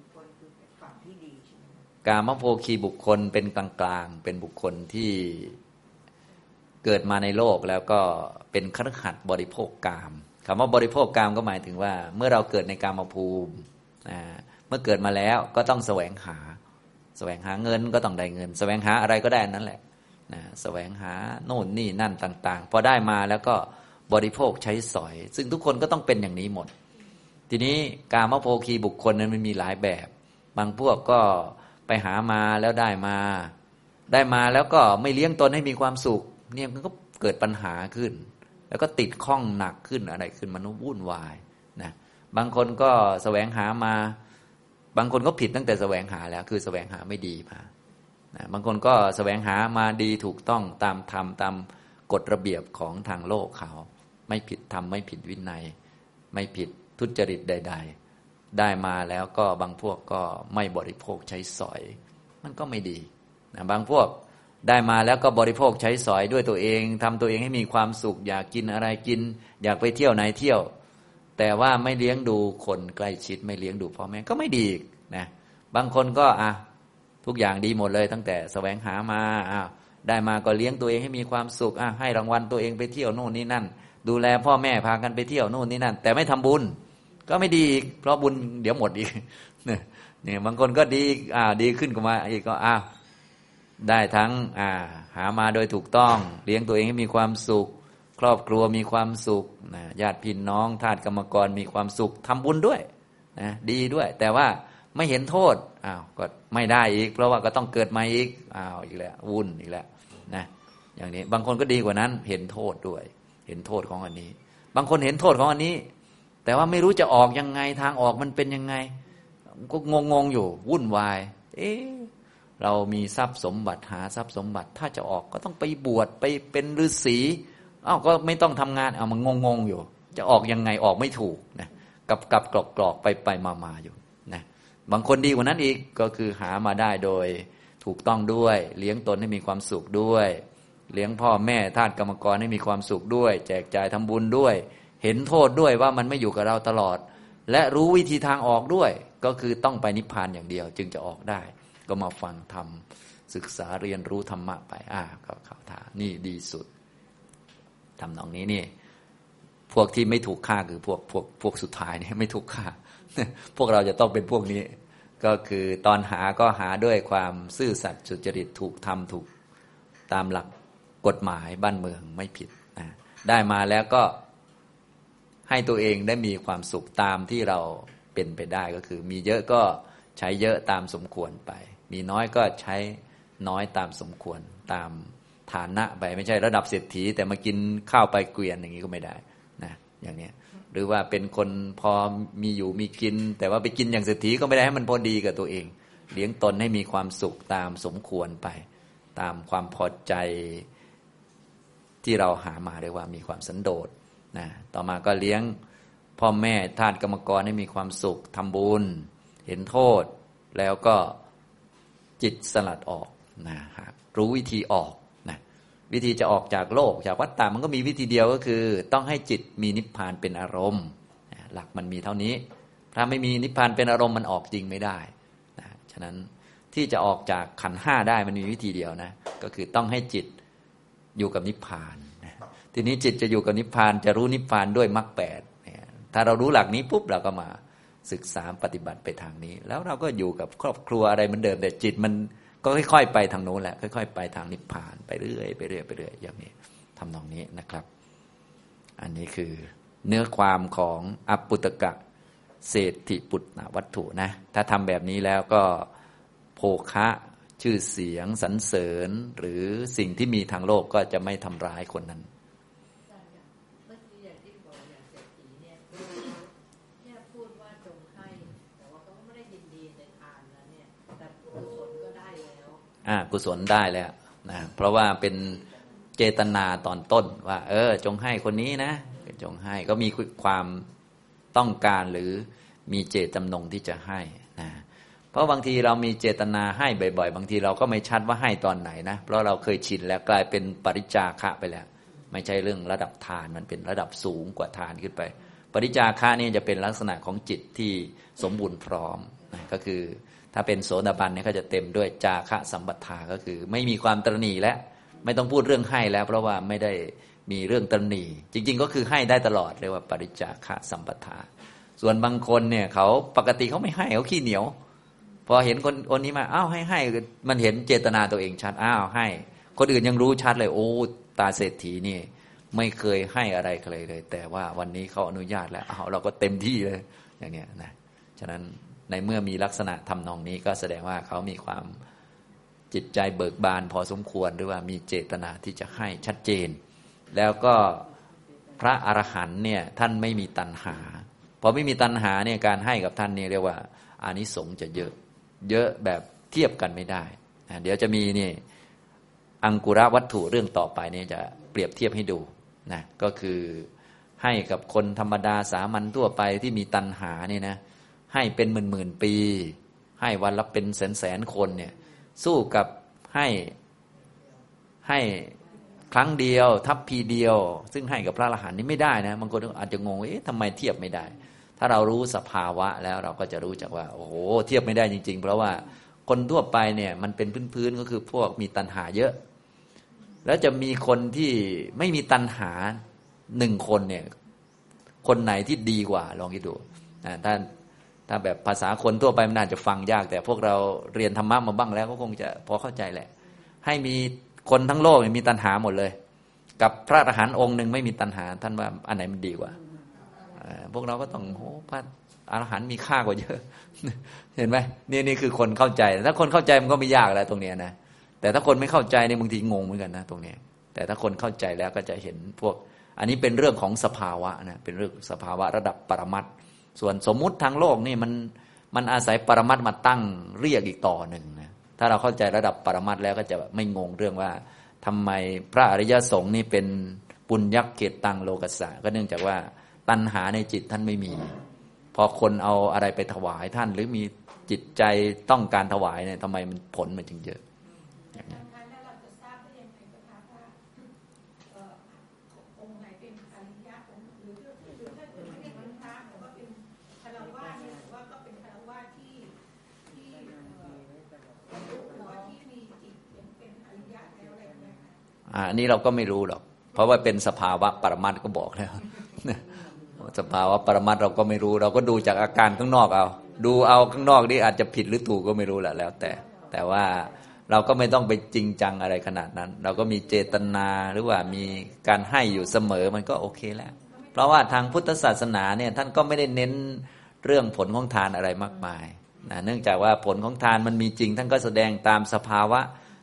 กามโภคีบุคคลเป็นกลางๆเป็นบุคคลที่เกิดมาในโลกแล้วก็เป็นคฤหัสถ์บริโภคกามคำว่าบริโภคกามก็หมายถึงว่าเมื่อเราเกิดในกามภูมิอ่าเมื่อเกิดมาแล้วก็ต้องแสวงหาแสวงหาเงินก็ต้องได้เงินแสวงหาอะไรก็ได้นั่นแหละนะแสวงหาโน่นนี่นั่นต่างๆพอได้มาแล้วก็บริโภคใช้สอยซึ่งทุกคนก็ต้องเป็นอย่างนี้หมดทีนี้กามโภคีบุคคลนั้นมันมีหลายแบบบางพวกก็ไปหามาแล้วได้มาได้มาแล้วก็ไม่เลี้ยงตนให้มีความสุขเนี่ยมันก็เกิดปัญหาขึ้นแล้วก็ติดข้องหนักขึ้นอะไรขึ้นมันวุ่นวายนะบางคนก็แสวงหามาบางคนก็ผิดตั้งแต่แสวงหาแล้วคือแสวงหาไม่ดีมานะบางคนก็แสวงหามาดีถูกต้องตามธรรมตามกฎระเบียบของทางโลกเขาไม่ผิดธรรมไม่ผิดวินัยไม่ผิดทุจริตใดๆได้มาแล้วก็บางพวกก็ไม่บริโภคใช้สอยมันก็ไม่ดีนะบางพวกได้มาแล้วก็บริโภคใช้สอยด้วยตัวเองทำตัวเองให้มีความสุขอยากกินอะไรกินอยากไปเที่ยวไหนเที่ยวแต่ว่าไม่เลี้ยงดูคนใกล้ชิดไม่เลี้ยงดูพ่อแม่ก็ไม่ดีนะบางคนก็อ่ะทุกอย่างดีหมดเลยตั้งแต่แสวงหามาอ้าวได้มาก็เลี้ยงตัวเองให้มีความสุขอ่ะให้รางวัลตัวเองไปเที่ยวโน่นนี่นั่นดูแลพ่อแม่พากันไปเที่ยวโน่นนี่นั่นแต่ไม่ทำบุญก็ไม่ดีอีกเพราะบุญเดี๋ยวหมดอีกเนี่ยเนี่ยบางคนก็ดีอ่าดีขึ้นกว่ามาอีกก็อ้าวได้ทั้งอ่าหามาโดยถูกต้องเลี้ยงตัวเองให้มีความสุขครอบครัวมีความสุขนะญาติพี่น้องทาสกรรมกรมีความสุขทำบุญด้วยนะดีด้วยแต่ว่าไม่เห็นโทษอ้าวก็ไม่ได้อีกเพราะว่าก็ต้องเกิดมาอีกอ้าวอีกแล้ววุ่นอีกแล้วนะอย่างนี้บางคนก็ดีกว่านั้นเห็นโทษด้วยเห็นโทษของอันนี้บางคนเห็นโทษของอันนี้แต่ว่าไม่รู้จะออกยังไงทางออกมันเป็นยังไงก็งงๆอยู่วุ่นวายเอ๊ะเรามีทรัพย์สมบัติหาทรัพย์สมบัติถ้าจะออกก็ต้องไปบวชไปเป็นฤาษีอ้าวก็ไม่ต้องทำงานเอามันงงๆอยู่จะออกยังไงออกไม่ถูกนะกับกับกรอกกรอกไปไปมามาอยู่นะบางคนดีกว่านั้นอีกก็คือหามาได้โดยถูกต้องด้วยเลี้ยงตนให้มีความสุขด้วยเลี้ยงพ่อแม่ทาสกรรมกรให้มีความสุขด้วยแจกจ่ายทำบุญด้วยเห็นโทษด้วยว่ามันไม่อยู่กับเราตลอดและรู้วิธีทางออกด้วยก็คือต้องไปนิพพานอย่างเดียวจึงจะออกได้ก็มาฟังธรรมศึกษาเรียนรู้ธรรมะไปอ่าก็เข้าท่านี่ดีสุดทำนองนี้นี่พวกที่ไม่ถูกฆ่าคือพวกพวกพวกสุดท้ายนี่ไม่ถูกฆ่า พวกเราจะต้องเป็นพวกนี้ก็คือตอนหาก็หาด้วยความซื่อสัตย์สุจริตถูกทำถูกตามหลักกฎหมายบ้านเมืองไม่ผิดนะได้มาแล้วก็ให้ตัวเองได้มีความสุขตามที่เราเป็นไปได้ก็คือมีเยอะก็ใช้เยอะตามสมควรไปมีน้อยก็ใช้น้อยตามสมควรตามฐานะไปไม่ใช่ระดับเศรษฐีแต่มากินข้าวไปเกวียนอย่างนี้ก็ไม่ได้นะอย่างนี้หรือว่าเป็นคนพอมีอยู่มีกินแต่ว่าไปกินอย่างเศรษฐีก็ไม่ได้ให้มันพอดีกับตัวเองเลี้ยงตนให้มีความสุขตามสมควรไปตามความพอใจที่เราหามาเรียกว่ามีความสันโดษนะต่อมาก็เลี้ยงพ่อแม่ทาสกรรมกรให้มีความสุขทำบุญเห็นโทษแล้วก็จิตสลัดออกนะรู้วิธีออกนะวิธีจะออกจากโลกจากวัฏฏะมันก็มีวิธีเดียวก็คือต้องให้จิตมีนิพพานเป็นอารมณ์นะหลักมันมีเท่านี้ถ้าไม่มีนิพพานเป็นอารมณ์มันออกจริงไม่ได้นะฉะนั้นที่จะออกจากขันธ์ห้าได้มันมีวิธีเดียวนะก็คือต้องให้จิตอยู่กับนิพพานนะทีนี้จิตจะอยู่กับนิพพานจะรู้นิพพานด้วยมรรคแปดถ้าเรารู้หลักนี้ปุ๊บเราก็มาศึกษาปฏิบัติไปทางนี้แล้วเราก็อยู่กับครอบครัวอะไรเหมือนเดิมแต่จิตมันก็ค่อยๆไปทางโน้นแหละค่อยๆไปทางนิพพานไปเรื่อยไปเรื่อยไปเรื่อยอย่างนี้ทำนองนี้นะครับอันนี้คือเนื้อความของอปุตตกะเศรษฐิปุตตวัตถุนะถ้าทำแบบนี้แล้วก็โภคะชื่อเสียงสรรเสริญหรือสิ่งที่มีทางโลกก็จะไม่ทำร้ายคนนั้นอ่ากุศลได้แล้วนะเพราะว่าเป็นเจตนาตอนต้นว่าเออจงให้คนนี้นะจงให้ก็มีความต้องการหรือมีเจตจำนงที่จะให้นะเพราะบางทีเรามีเจตนาให้บ่อยๆบางทีเราก็ไม่ชัดว่าให้ตอนไหนนะเพราะเราเคยชินแล้วกลายเป็นปริจาคะไปแล้วไม่ใช่เรื่องระดับทานมันเป็นระดับสูงกว่าทานขึ้นไปปริจาคะนี่จะเป็นลักษณะของจิตที่สมบูรณ์พร้อมนะก็คือถ้าเป็นโสดาบันเนี่ยก็จะเต็มด้วยจาคะสัมปทาก็คือไม่มีความตระหนี่และไม่ต้องพูดเรื่องให้แล้วเพราะว่าไม่ได้มีเรื่องตระหนี่จริงๆก็คือให้ได้ตลอดเรียกว่าปริจาคะสัมปทาส่วนบางคนเนี่ยเขาปกติเขาไม่ให้เขาขี้เหนียวพอเห็นคนคนนี้มาอ้าวให้ให้มันเห็นเจตนาตัวเองชัดอ้าวให้คนอื่นยังรู้ชัดเลยโอ้ตาเศรษฐีนี่ไม่เคยให้อะไรใครเลยแต่ว่าวันนี้เขาอนุญาตแล้วอ้าวเราก็เต็มที่เลยอย่างเนี้ยนะฉะนั้นในเมื่อมีลักษณะทำนองนี้ก็แสดงว่าเขามีความจิตใจเบิกบานพอสมควรหรือว่ามีเจตนาที่จะให้ชัดเจนแล้วก็พระอรหันต์เนี่ยท่านไม่มีตัณหาพอไม่มีตัณหาเนี่ยการให้กับท่านนี่เรียกว่าอานิสงส์จะเยอะเยอะแบบเทียบกันไม่ได้นะเดี๋ยวจะมีนี่อังกุระวัตถุเรื่องต่อไปนี่จะเปรียบเทียบให้ดูนะก็คือให้กับคนธรรมดาสามัญทั่วไปที่มีตัณหาเนี่ยนะให้เป็นหมื่นหมื่นปีให้วันละเป็นแสนแสนคนเนี่ยสู้กับให้ให้ครั้งเดียวทัพพีเดียวซึ่งให้กับพระอรหันต์นี่ไม่ได้นะบางคนอาจจะงงว่าเอ๊ะทำไมเทียบไม่ได้ถ้าเรารู้สภาวะแล้วเราก็จะรู้จักว่าโอ้โหเทียบไม่ได้จริงๆเพราะว่าคนทั่วไปเนี่ยมันเป็นพื้นๆก็คือพวกมีตัณหาเยอะแล้วจะมีคนที่ไม่มีตัณหาหนึ่งคนเนี่ยคนไหนที่ดีกว่าลองคิดดูนะถ้าถ้าแบบภาษาคนทั่วไปมันน่าจะฟังยากแต่พวกเราเรียนธรรมะมาบ้างแล้วก็คงจะพอเข้าใจแหละให้มีคนทั้งโลกมีตัณหาหมดเลยกับพระอรหันต์องค์หนึ่งไม่มีตัณหาท่านว่าอันไหนมันดีกว่าพวกเราก็ต้องโอ้พระอรหันต์มีค่ากว่าเยอะเห็นไหมนี่นี่คือคนเข้าใจถ้าคนเข้าใจมันก็ไม่ยากแล้วตรงนี้นะแต่ถ้าคนไม่เข้าใจเนี่ยบางทีงงเหมือนกันนะตรงนี้แต่ถ้าคนเข้าใจแล้วก็จะเห็นพวกอันนี้เป็นเรื่องของสภาวะนะเป็นเรื่องสภาวะระดับปรมัตถ์ส่วนสมมุติทางโลกนี่มันมันอาศัยปรมัตถ์มาตั้งเรียกอีกต่อหนึ่งนะถ้าเราเข้าใจระดับปรมัตถ์แล้วก็จะไม่งงเรื่องว่าทำไมพระอริยสงฆ์นี่เป็นปุญญักเกตังโลกัสสะก็เนื่องจากว่าตัณหาในจิตท่านไม่มีพอคนเอาอะไรไปถวายท่านหรือมีจิตใจต้องการถวายเนี่ยทำไมมันผลมันจึงเยอะอันนี้เราก็ไม่รู้หรอกเพราะว่าเป็นสภาวะปรมัตถ์ก็บอกแล้วสภาวะปรมัตถ์เราก็ไม่รู้เราก็ดูจากอาการข้างนอกเอาดูเอาข้างนอกนี่อาจจะผิดหรือถูกก็ไม่รู้แหละแล้วแต่แต่ว่าเราก็ไม่ต้องไปจริงจังอะไรขนาดนั้นเราก็มีเจตนาหรือว่ามีการให้อยู่เสมอมันก็โอเคแล้วเพราะว่าทางพุทธศาสนาเนี่ยท่านก็ไม่ได้เน้นเรื่องผลของทานอะไรมากมายนะเนื่องจากว่าผลของทานมันมีจริงท่านก็แสดงตามสภาวะ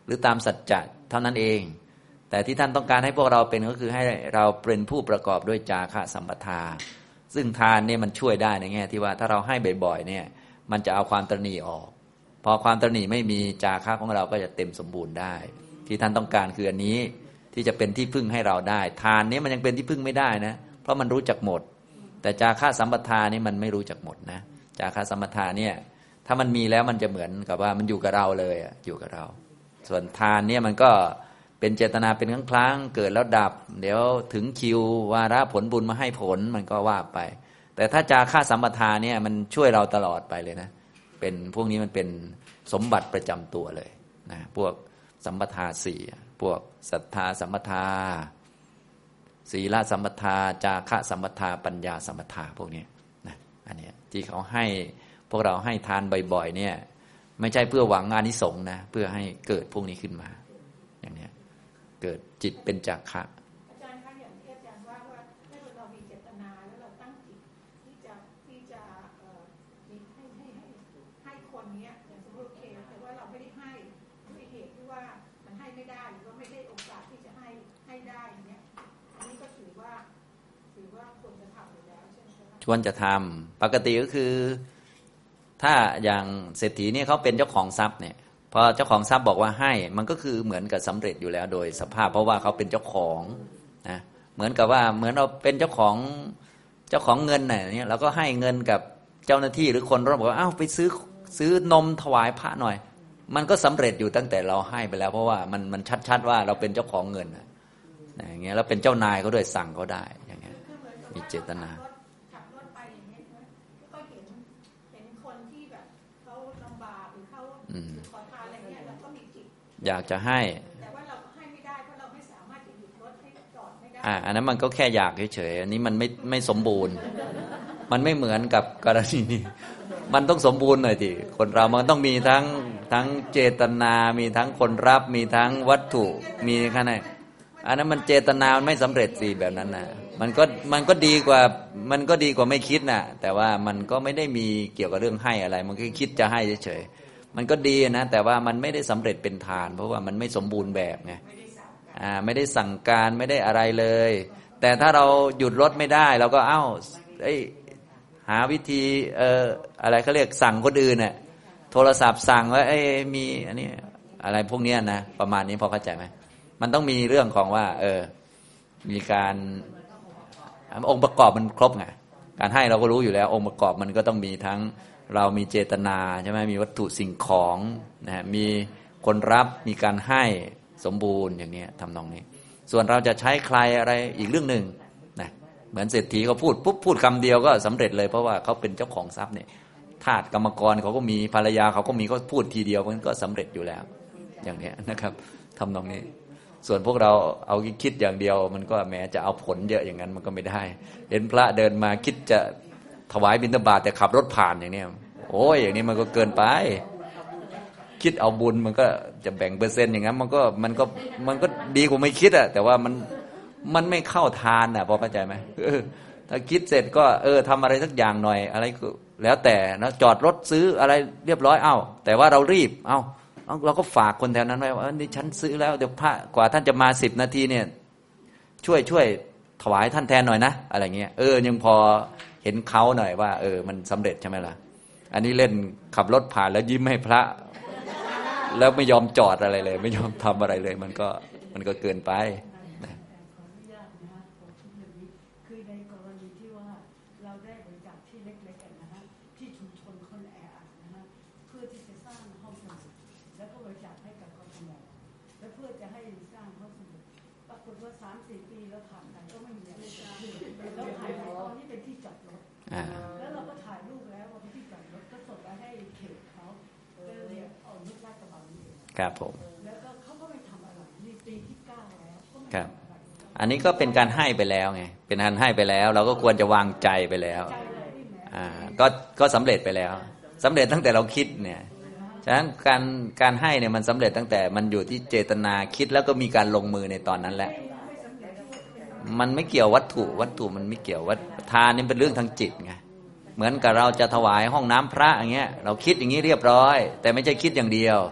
หรือตามสัจจะเท่านั้นเองแต่ที่ท่านต้องการให้พวกเราเป็นก็คือให้เราเป็นผู้ประกอบด้วยจาคะสัมปทาซึ่งทานเนี่ยมันช่วยได้ในแง่ที่ว่าถ้าเราให้บ่อยๆเนี่ยมันจะเอาความตระหนี่ออกพอความตระหนี่ไม่มีจาคะของเราก็จะเต็มสมบูรณ์ได้ที่ท่านต้องการคืออันนี้ที่จะเป็นที่พึ่งให้เราได้ทานนี้มันยังเป็นที่พึ่งไม่ได้นะเพราะมันรู้จักหมดแต่จาคะสัมปทานี่มันไม่รู้จักหมดนะจาคะสัมปทาเนี่ยถ้ามันมีแล้วมันจะเหมือนกับว่ามันอยู่กับเราเลยอ่ะอยู่กับเราส่วนทานเนี่ยมันก็เป็นเจตนาเป็นครั้งครั้งเกิดแล้วดับเดี๋ยวถึงคิววาระผลบุญมาให้ผลมันก็ว่าไปแต่ถ้าจาคะสัมปทาเนี่ยมันช่วยเราตลอดไปเลยนะเป็นพวกนี้มันเป็นสมบัติประจำตัวเลยนะพวกสัมปทาสี่พวกศรัทธาสัมปทาศีลสัมปทาจาคะสัมปทาปัญญาสัมปทาพวกนี้นะอันนี้ที่เขาให้พวกเราให้ทานบ่อยๆเนี่ยไม่ใช่เพื่อหวังอานิสงส์นะเพื่อให้เกิดพวกนี้ขึ้นมาอย่างนี้เกิดจิตเป็นจาคะอาจารย์คะอย่างที่อาจารย์ว่าว่าถ้าเรามีเจตนาแล้วเราตั้งจิตที่จะที่จะเอ่อให้ให้ให้ให้คนเนี้ยอย่างสมมติโอเคแต่ว่าเราไม่ได้ให้ด้วยเหตุที่ว่ามันให้ไม่ได้หรือว่าไม่ได้โอกาสที่จะให้ให้ได้อย่างเงี้ยอันนี้ก็ถือว่าถือว่าควรจะทำอยู่แล้วใช่ไหมคะควรจะทำปกติก็คือถ้าอย่างเศรษฐีเนี่ยเขาเป็นเจ้าของทรัพย์เนี่ยพอเจ้าของทรัพย์บอกว่าให้มันก็คือเหมือนกับสำเร็จอยู่แล้วโดยสภาพเพราะว่าเขาเป็นเจ้าของนะเหมือนกับว่าเหมือนเราเป็นเจ้าของเจ้าของเงินเนี่ยเราก็ให้เงินกับเจ้าหน้าที่หรือคนเราบอกว่าอ้าวไปซื้อซื้อนมถวายพระหน่อยมันก็สำเร็จอยู่ตั้งแต่เราให้ไปแล้วเพราะว่ามันมันชัดๆว่าเราเป็นเจ้าของเงินนะอย่างเงี้ยแล้วเป็นเจ้านายเขาด้วยสั่งเขาได้อย่างเงี้ยมีเจตนาอยากจะให้แต่ว่าเราให้ไม่ได้เพราะเราไม่สามารถจะหยุดรถให้จอดไม่ได้อ่าอันนั้นมันก็แค่อยากเฉยๆอันนี้มันไม่ไม่สมบูรณ์มันไม่เหมือนกับกรณีนี้มันต้องสมบูรณ์หน่อยทีคนเรามันต้องมีทั้งทั้งเจตนามีทั้งคนรับมีทั้งวัตถุมีขนาดอันนั้นมันเจตนามันไม่สำเร็จสิแบบนั้นนะมันก็มันก็ดีกว่ามันก็ดีกว่าไม่คิดน่ะแต่ว่ามันก็ไม่ได้มีเกี่ยวกับเรื่องให้อะไรมันก็คิดจะให้เฉยๆมันก็ดีนะแต่ว่ามันไม่ได้สำเร็จเป็นทานเพราะว่ามันไม่สมบูรณ์แบบไงอ่าไม่ได้สั่งการไม่ได้อะไรเลยแต่ถ้าเราหยุดรถไม่ได้เราก็เอ้าเอ้ยหาวิธีเอ่ออะไรเขาเรียกสั่งคนอื่นน่ะโทรศัพท์สั่งว่าเอ้ยมีอันนี้อะไรพวกนี้นะประมาณนี้พอเข้าใจไหมมันต้องมีเรื่องของว่าเออมีการองค์ประกอบมันครบไงการให้เราก็รู้อยู่แล้วองค์ประกอบมันก็ต้องมีทั้งเรามีเจตนาใช่ไหมมีวัตถุสิ่งของนะมีคนรับมีการให้สมบูรณ์อย่างนี้ทำนองนี้ส่วนเราจะใช้ใครอะไรอีกเรื่องหนึ่งนะเหมือนเศรษฐีเขาพูดปุ๊บพูดคำเดียวก็สำเร็จเลยเพราะว่าเขาเป็นเจ้าของทรัพย์เนี่ยทาสกรรมกรเขาก็มีภรรยาเขาก็มีเขาพูดทีเดียวมันก็สำเร็จอยู่แล้วอย่างนี้นะครับทำนองนี้ส่วนพวกเราเอาคิดอย่างเดียวมันก็แม้จะเอาผลเยอะอย่างนั้นมันก็ไม่ได้เห็นพระเดินมาคิดจะถวายบิณฑบาตแต่ขับรถผ่านอย่างนี้โอ้ยอย่างนี้มันก็เกินไปคิดเอาบุญมันก็จะแบ่งเปอร์เซ็นต์อย่างนั้นมันก็มันก็มันก็ดีกว่าไม่คิดอะแต่ว่ามันมันไม่เข้าทานอะพอเข้าใจไหมเออถ้าคิดเสร็จก็เออทำอะไรสักอย่างหน่อยอะไรก็แล้วแต่นะจอดรถซื้ออะไรเรียบร้อยเอ้าแต่ว่าเรารีบเอ้าเราก็ฝากคนแถวนั้นไว้ว่านี่ฉันซื้อแล้วเดี๋ยวพระกว่าท่านจะมาสิบนาทีเนี่ยช่วยช่วยถวายท่านแทนหน่อยนะอะไรเงี้ยเออยังพอเห็นเขาหน่อยว่าเออมันสำเร็จใช่ไหมล่ะอันนี้เล่นขับรถผ่านแล้วยิ้มให้พระแล้วไม่ยอมจอดอะไรเลยไม่ยอมทำอะไรเลยมันก็มันก็เกินไปคือในกรณีที่ว่าเราได้บริจาคที่เล็กๆนะฮะที่ชุมชนคนแออัดนะฮะเพื่อที่จะสร้างห้องสมุดแล้วก็บริจาคให้กับกทมและเพื่อจะให้สร้างห้องสมุดปรากฏว่าสามสี่ปีแล้วผ่านไปก็ไม่มีอะไรแล้วถ่ายในตอนนี้เป็นที่จอดรถแล้วเราก็ถ่ายรูปแล้วว่าเป็นที่จอดรถก็ส่งไปให้เขตเขาเรียกเอาลูกลาดกระบังนี่ครับผมแล้วก็เขาก็ไม่ทำอะไรนี่ปีที่เก้าแล้วครับอันนี้ก็เป็นการให้ไปแล้วไงเป็นการให้ไปแล้วเราก็ควรจะวางใจไปแล้วอ่าก็ก็สำเร็จไปแล้วสำเร็จตั้งแต่เราคิดเนี่ยฉะนั้นการการให้เนี่ยมันสำเร็จตั้งแต่มันอยู่ที่เจตนาคิดแล้วก็มีการลงมือในตอนนั้นแหละมันไม่เกี่ยววัตถุวัตถุมันไม่เกี่ยววัตทานนี่เป็นเรื่องทางจิตไงเหมือนกับเราจะถวายห้องน้ำพระอย่างเงี้ยเราคิดอย่างนี้เรียบร้อยแต่ไม่ใช่คิดอย่างเดียว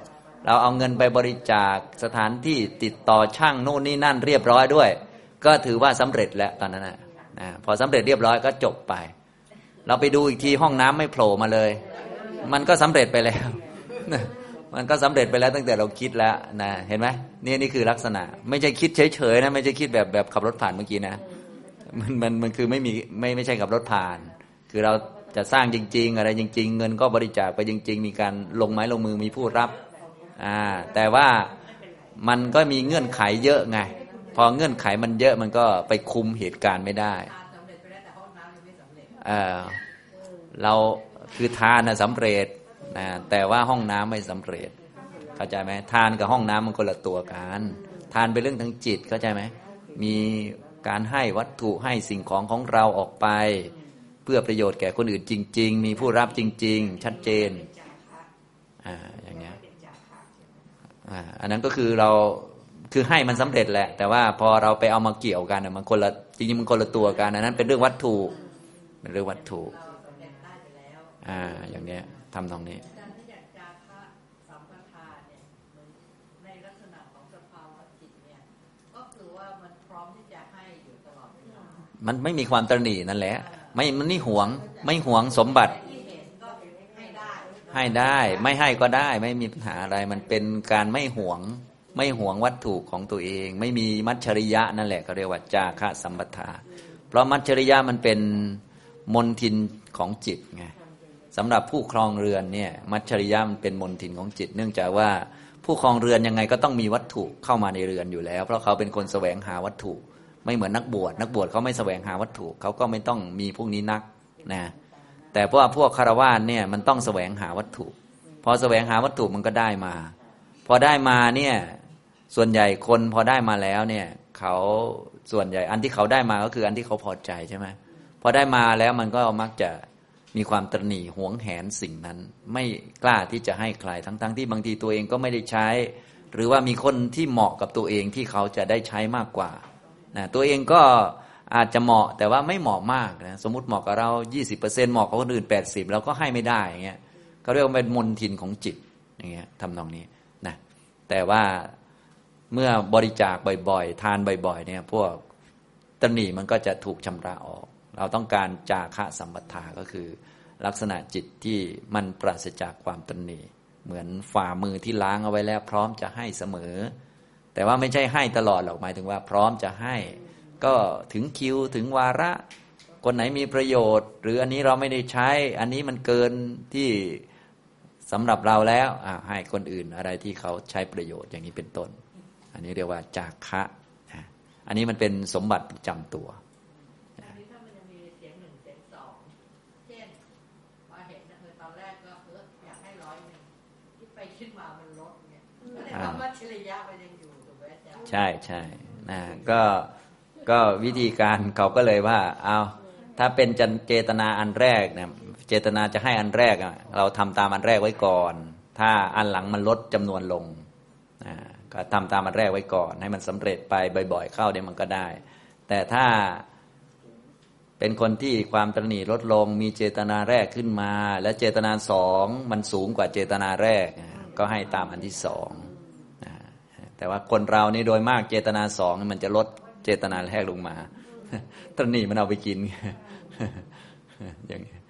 เราเอาเงินไปบริจาคสถานที่ติดต่อช่างโน่นนี่นั่นเรียบร้อยด้วยก็ถือว่าสำเร็จแล้วตอนนั้นนะนะพอสำเร็จเรียบร้อยก็จบไปเราไปดูอีกทีห้องน้ำไม่โผล่มาเลยมันก็สำเร็จไปแล้วมันก็สำเร็จไปแล้วตั้งแต่เราคิดแล้วนะเห็นไหมนี่นี่คือลักษณะไม่ใช่คิดเฉยๆนะไม่ใช่คิดแบบแบบขับรถผ่านเมื่อกี้นะมันมันมันคือไม่มีไม่ไม่ใช่ขับรถผ่านคือเราจะสร้างจริงๆอะไรจริงๆเงินก็บริจาคไปจริงๆมีการลงไม้ลงมือมีผู้รับอ่าแต่ว่ามันก็มีเงื่อนไขเยอะไงพอเงื่อนไขมันเยอะมันก็ไปคุมเหตุการณ์ไม่ได้เออเราคือทานนะสำเร็จนะแต่ว่าห้องน้ำไม่สำเร็จเข้าใจไหมทานกับห้องน้ำมันคนละตัวกันทานเป็นเรื่องทางจิตเข้าใจไหมมีการให้วัตถุให้สิ่งของของเราออกไปเพื่อประโยชน์แก่คนอื่นจริงๆมีผู้รับจริงๆชัดเจนอ่าอย่างเงี้ยอ่าอันนั้นก็คือเราคือให้มันสำเร็จแหละแต่ว่าพอเราไปเอามาเกี่ยวกันมันคนละจริงๆมันคนละตัวกันอันนั้นเป็นเรื่องวัตถุเป็นเรื่องวัตถุอ่าอย่างเนี้ยทำตรงนี้มันไม่มีความตระหนี่นั่นแหละไม่มันนี่หวงไม่หวงสมบัติให้ได้ไม่ให้ก็ได้ไม่มีปัญหาอะไรมันเป็นการไม่หวงไม่หวงวัตถุของตัวเองไม่มีมัจฉริยะนั่นแหละเขาเรียกว่าจาคะสัมปทาเพราะมัจฉริยะมันเป็นมลทินของจิตไงสำหรับผู้ครองเรือนเนี่ยมัจฉริยะมันเป็นมลทินของจิตเนื่องจากว่าผู้ครองเรือนยังไงก็ต้องมีวัตถุเข้ามาในเรือนอยู่แล้วเพราะเขาเป็นคนแสวงหาวัตถุไม่เหมือนนักบวชนักบวชเขาไม่แสวงหาวัตถุเขาก็ไม่ต้องมีพวกนี้นักนะแต่พวกพวกคฤหัสถ์เนี่ยมันต้องแสวงหาวัตถุพอแสวงหาวัตถุมันก็ได้มาพอได้มาเนี่ยส่วนใหญ่คนพอได้มาแล้วเนี่ยเขาส่วนใหญ่อันที่เขาได้มาก็คืออันที่เขาพอใจใช่ไหมพอได้มาแล้วมันก็มักจะมีความตระหนี่หวงแหนสิ่งนั้นไม่กล้าที่จะให้ใครทั้งๆที่บางทีตัวเองก็ไม่ได้ใช้หรือว่ามีคนที่เหมาะกับตัวเองที่เขาจะได้ใช้มากกว่านะตัวเองก็อาจจะเหมาะแต่ว่าไม่เหมาะมากนะสมมุติเหมาะกับเรา ยี่สิบเปอร์เซ็นต์ เหมาะกับคนอื่นแปดสิบเราก็ให้ไม่ได้อย่างเงี้ยเขาเรียกว่าเป็นมลทินของจิตอย่างเงี้ยทำนองนี้นะแต่ว่าเมื่อบริจาคบ่อยๆทานบ่อยๆเนี่ยพวกตระหนี่มันก็จะถูกชำระออกเราต้องการจาคะสัมปทาก็คือลักษณะจิตที่มันปราศจากความตระหนี่เหมือนฝ่ามือที่ล้างเอาไว้แล้วพร้อมจะให้เสมอแต่ว่าไม่ใช่ให้ตลอดหรอกหมายถึงว่าพร้อมจะให้ก็ถึงคิวถึงวาระคนไหนมีประโยชน์หรืออันนี้เราไม่ได้ใช้อันนี้มันเกินที่สำหรับเราแล้วให้คนอื่นอะไรที่เขาใช้ประโยชน์อย่างนี้เป็นต้นอันนี้เรียกว่าจาคะอันนี้มันเป็นสมบัติประจำตัวใช่ใช่นะก็ก็วิธีการเขาก็เลยว่าเอาถ้าเป็นเจตนาอันแรกเนี่ยเจตนาจะให้อันแรกอ่ะเราทำตามอันแรกไว้ก่อนถ้าอันหลังมันลดจำนวนลงนะก็ทำตามอันแรกไว้ก่อนให้มันสำเร็จไปบ่อยๆเข้าเดี๋ยวมันก็ได้แต่ถ้าเป็นคนที่ความตระหนี่ลดลงมีเจตนาแรกขึ้นมาและเจตนาสองมันสูงกว่าเจตนาแรกก็ให้ตามอันที่สองแต่ว่าคนเรานี่โดยมากเจตนาสองมันจะลดเจตนาแรกลงมาตระหนี่มันเอาไปกินอย่างนี้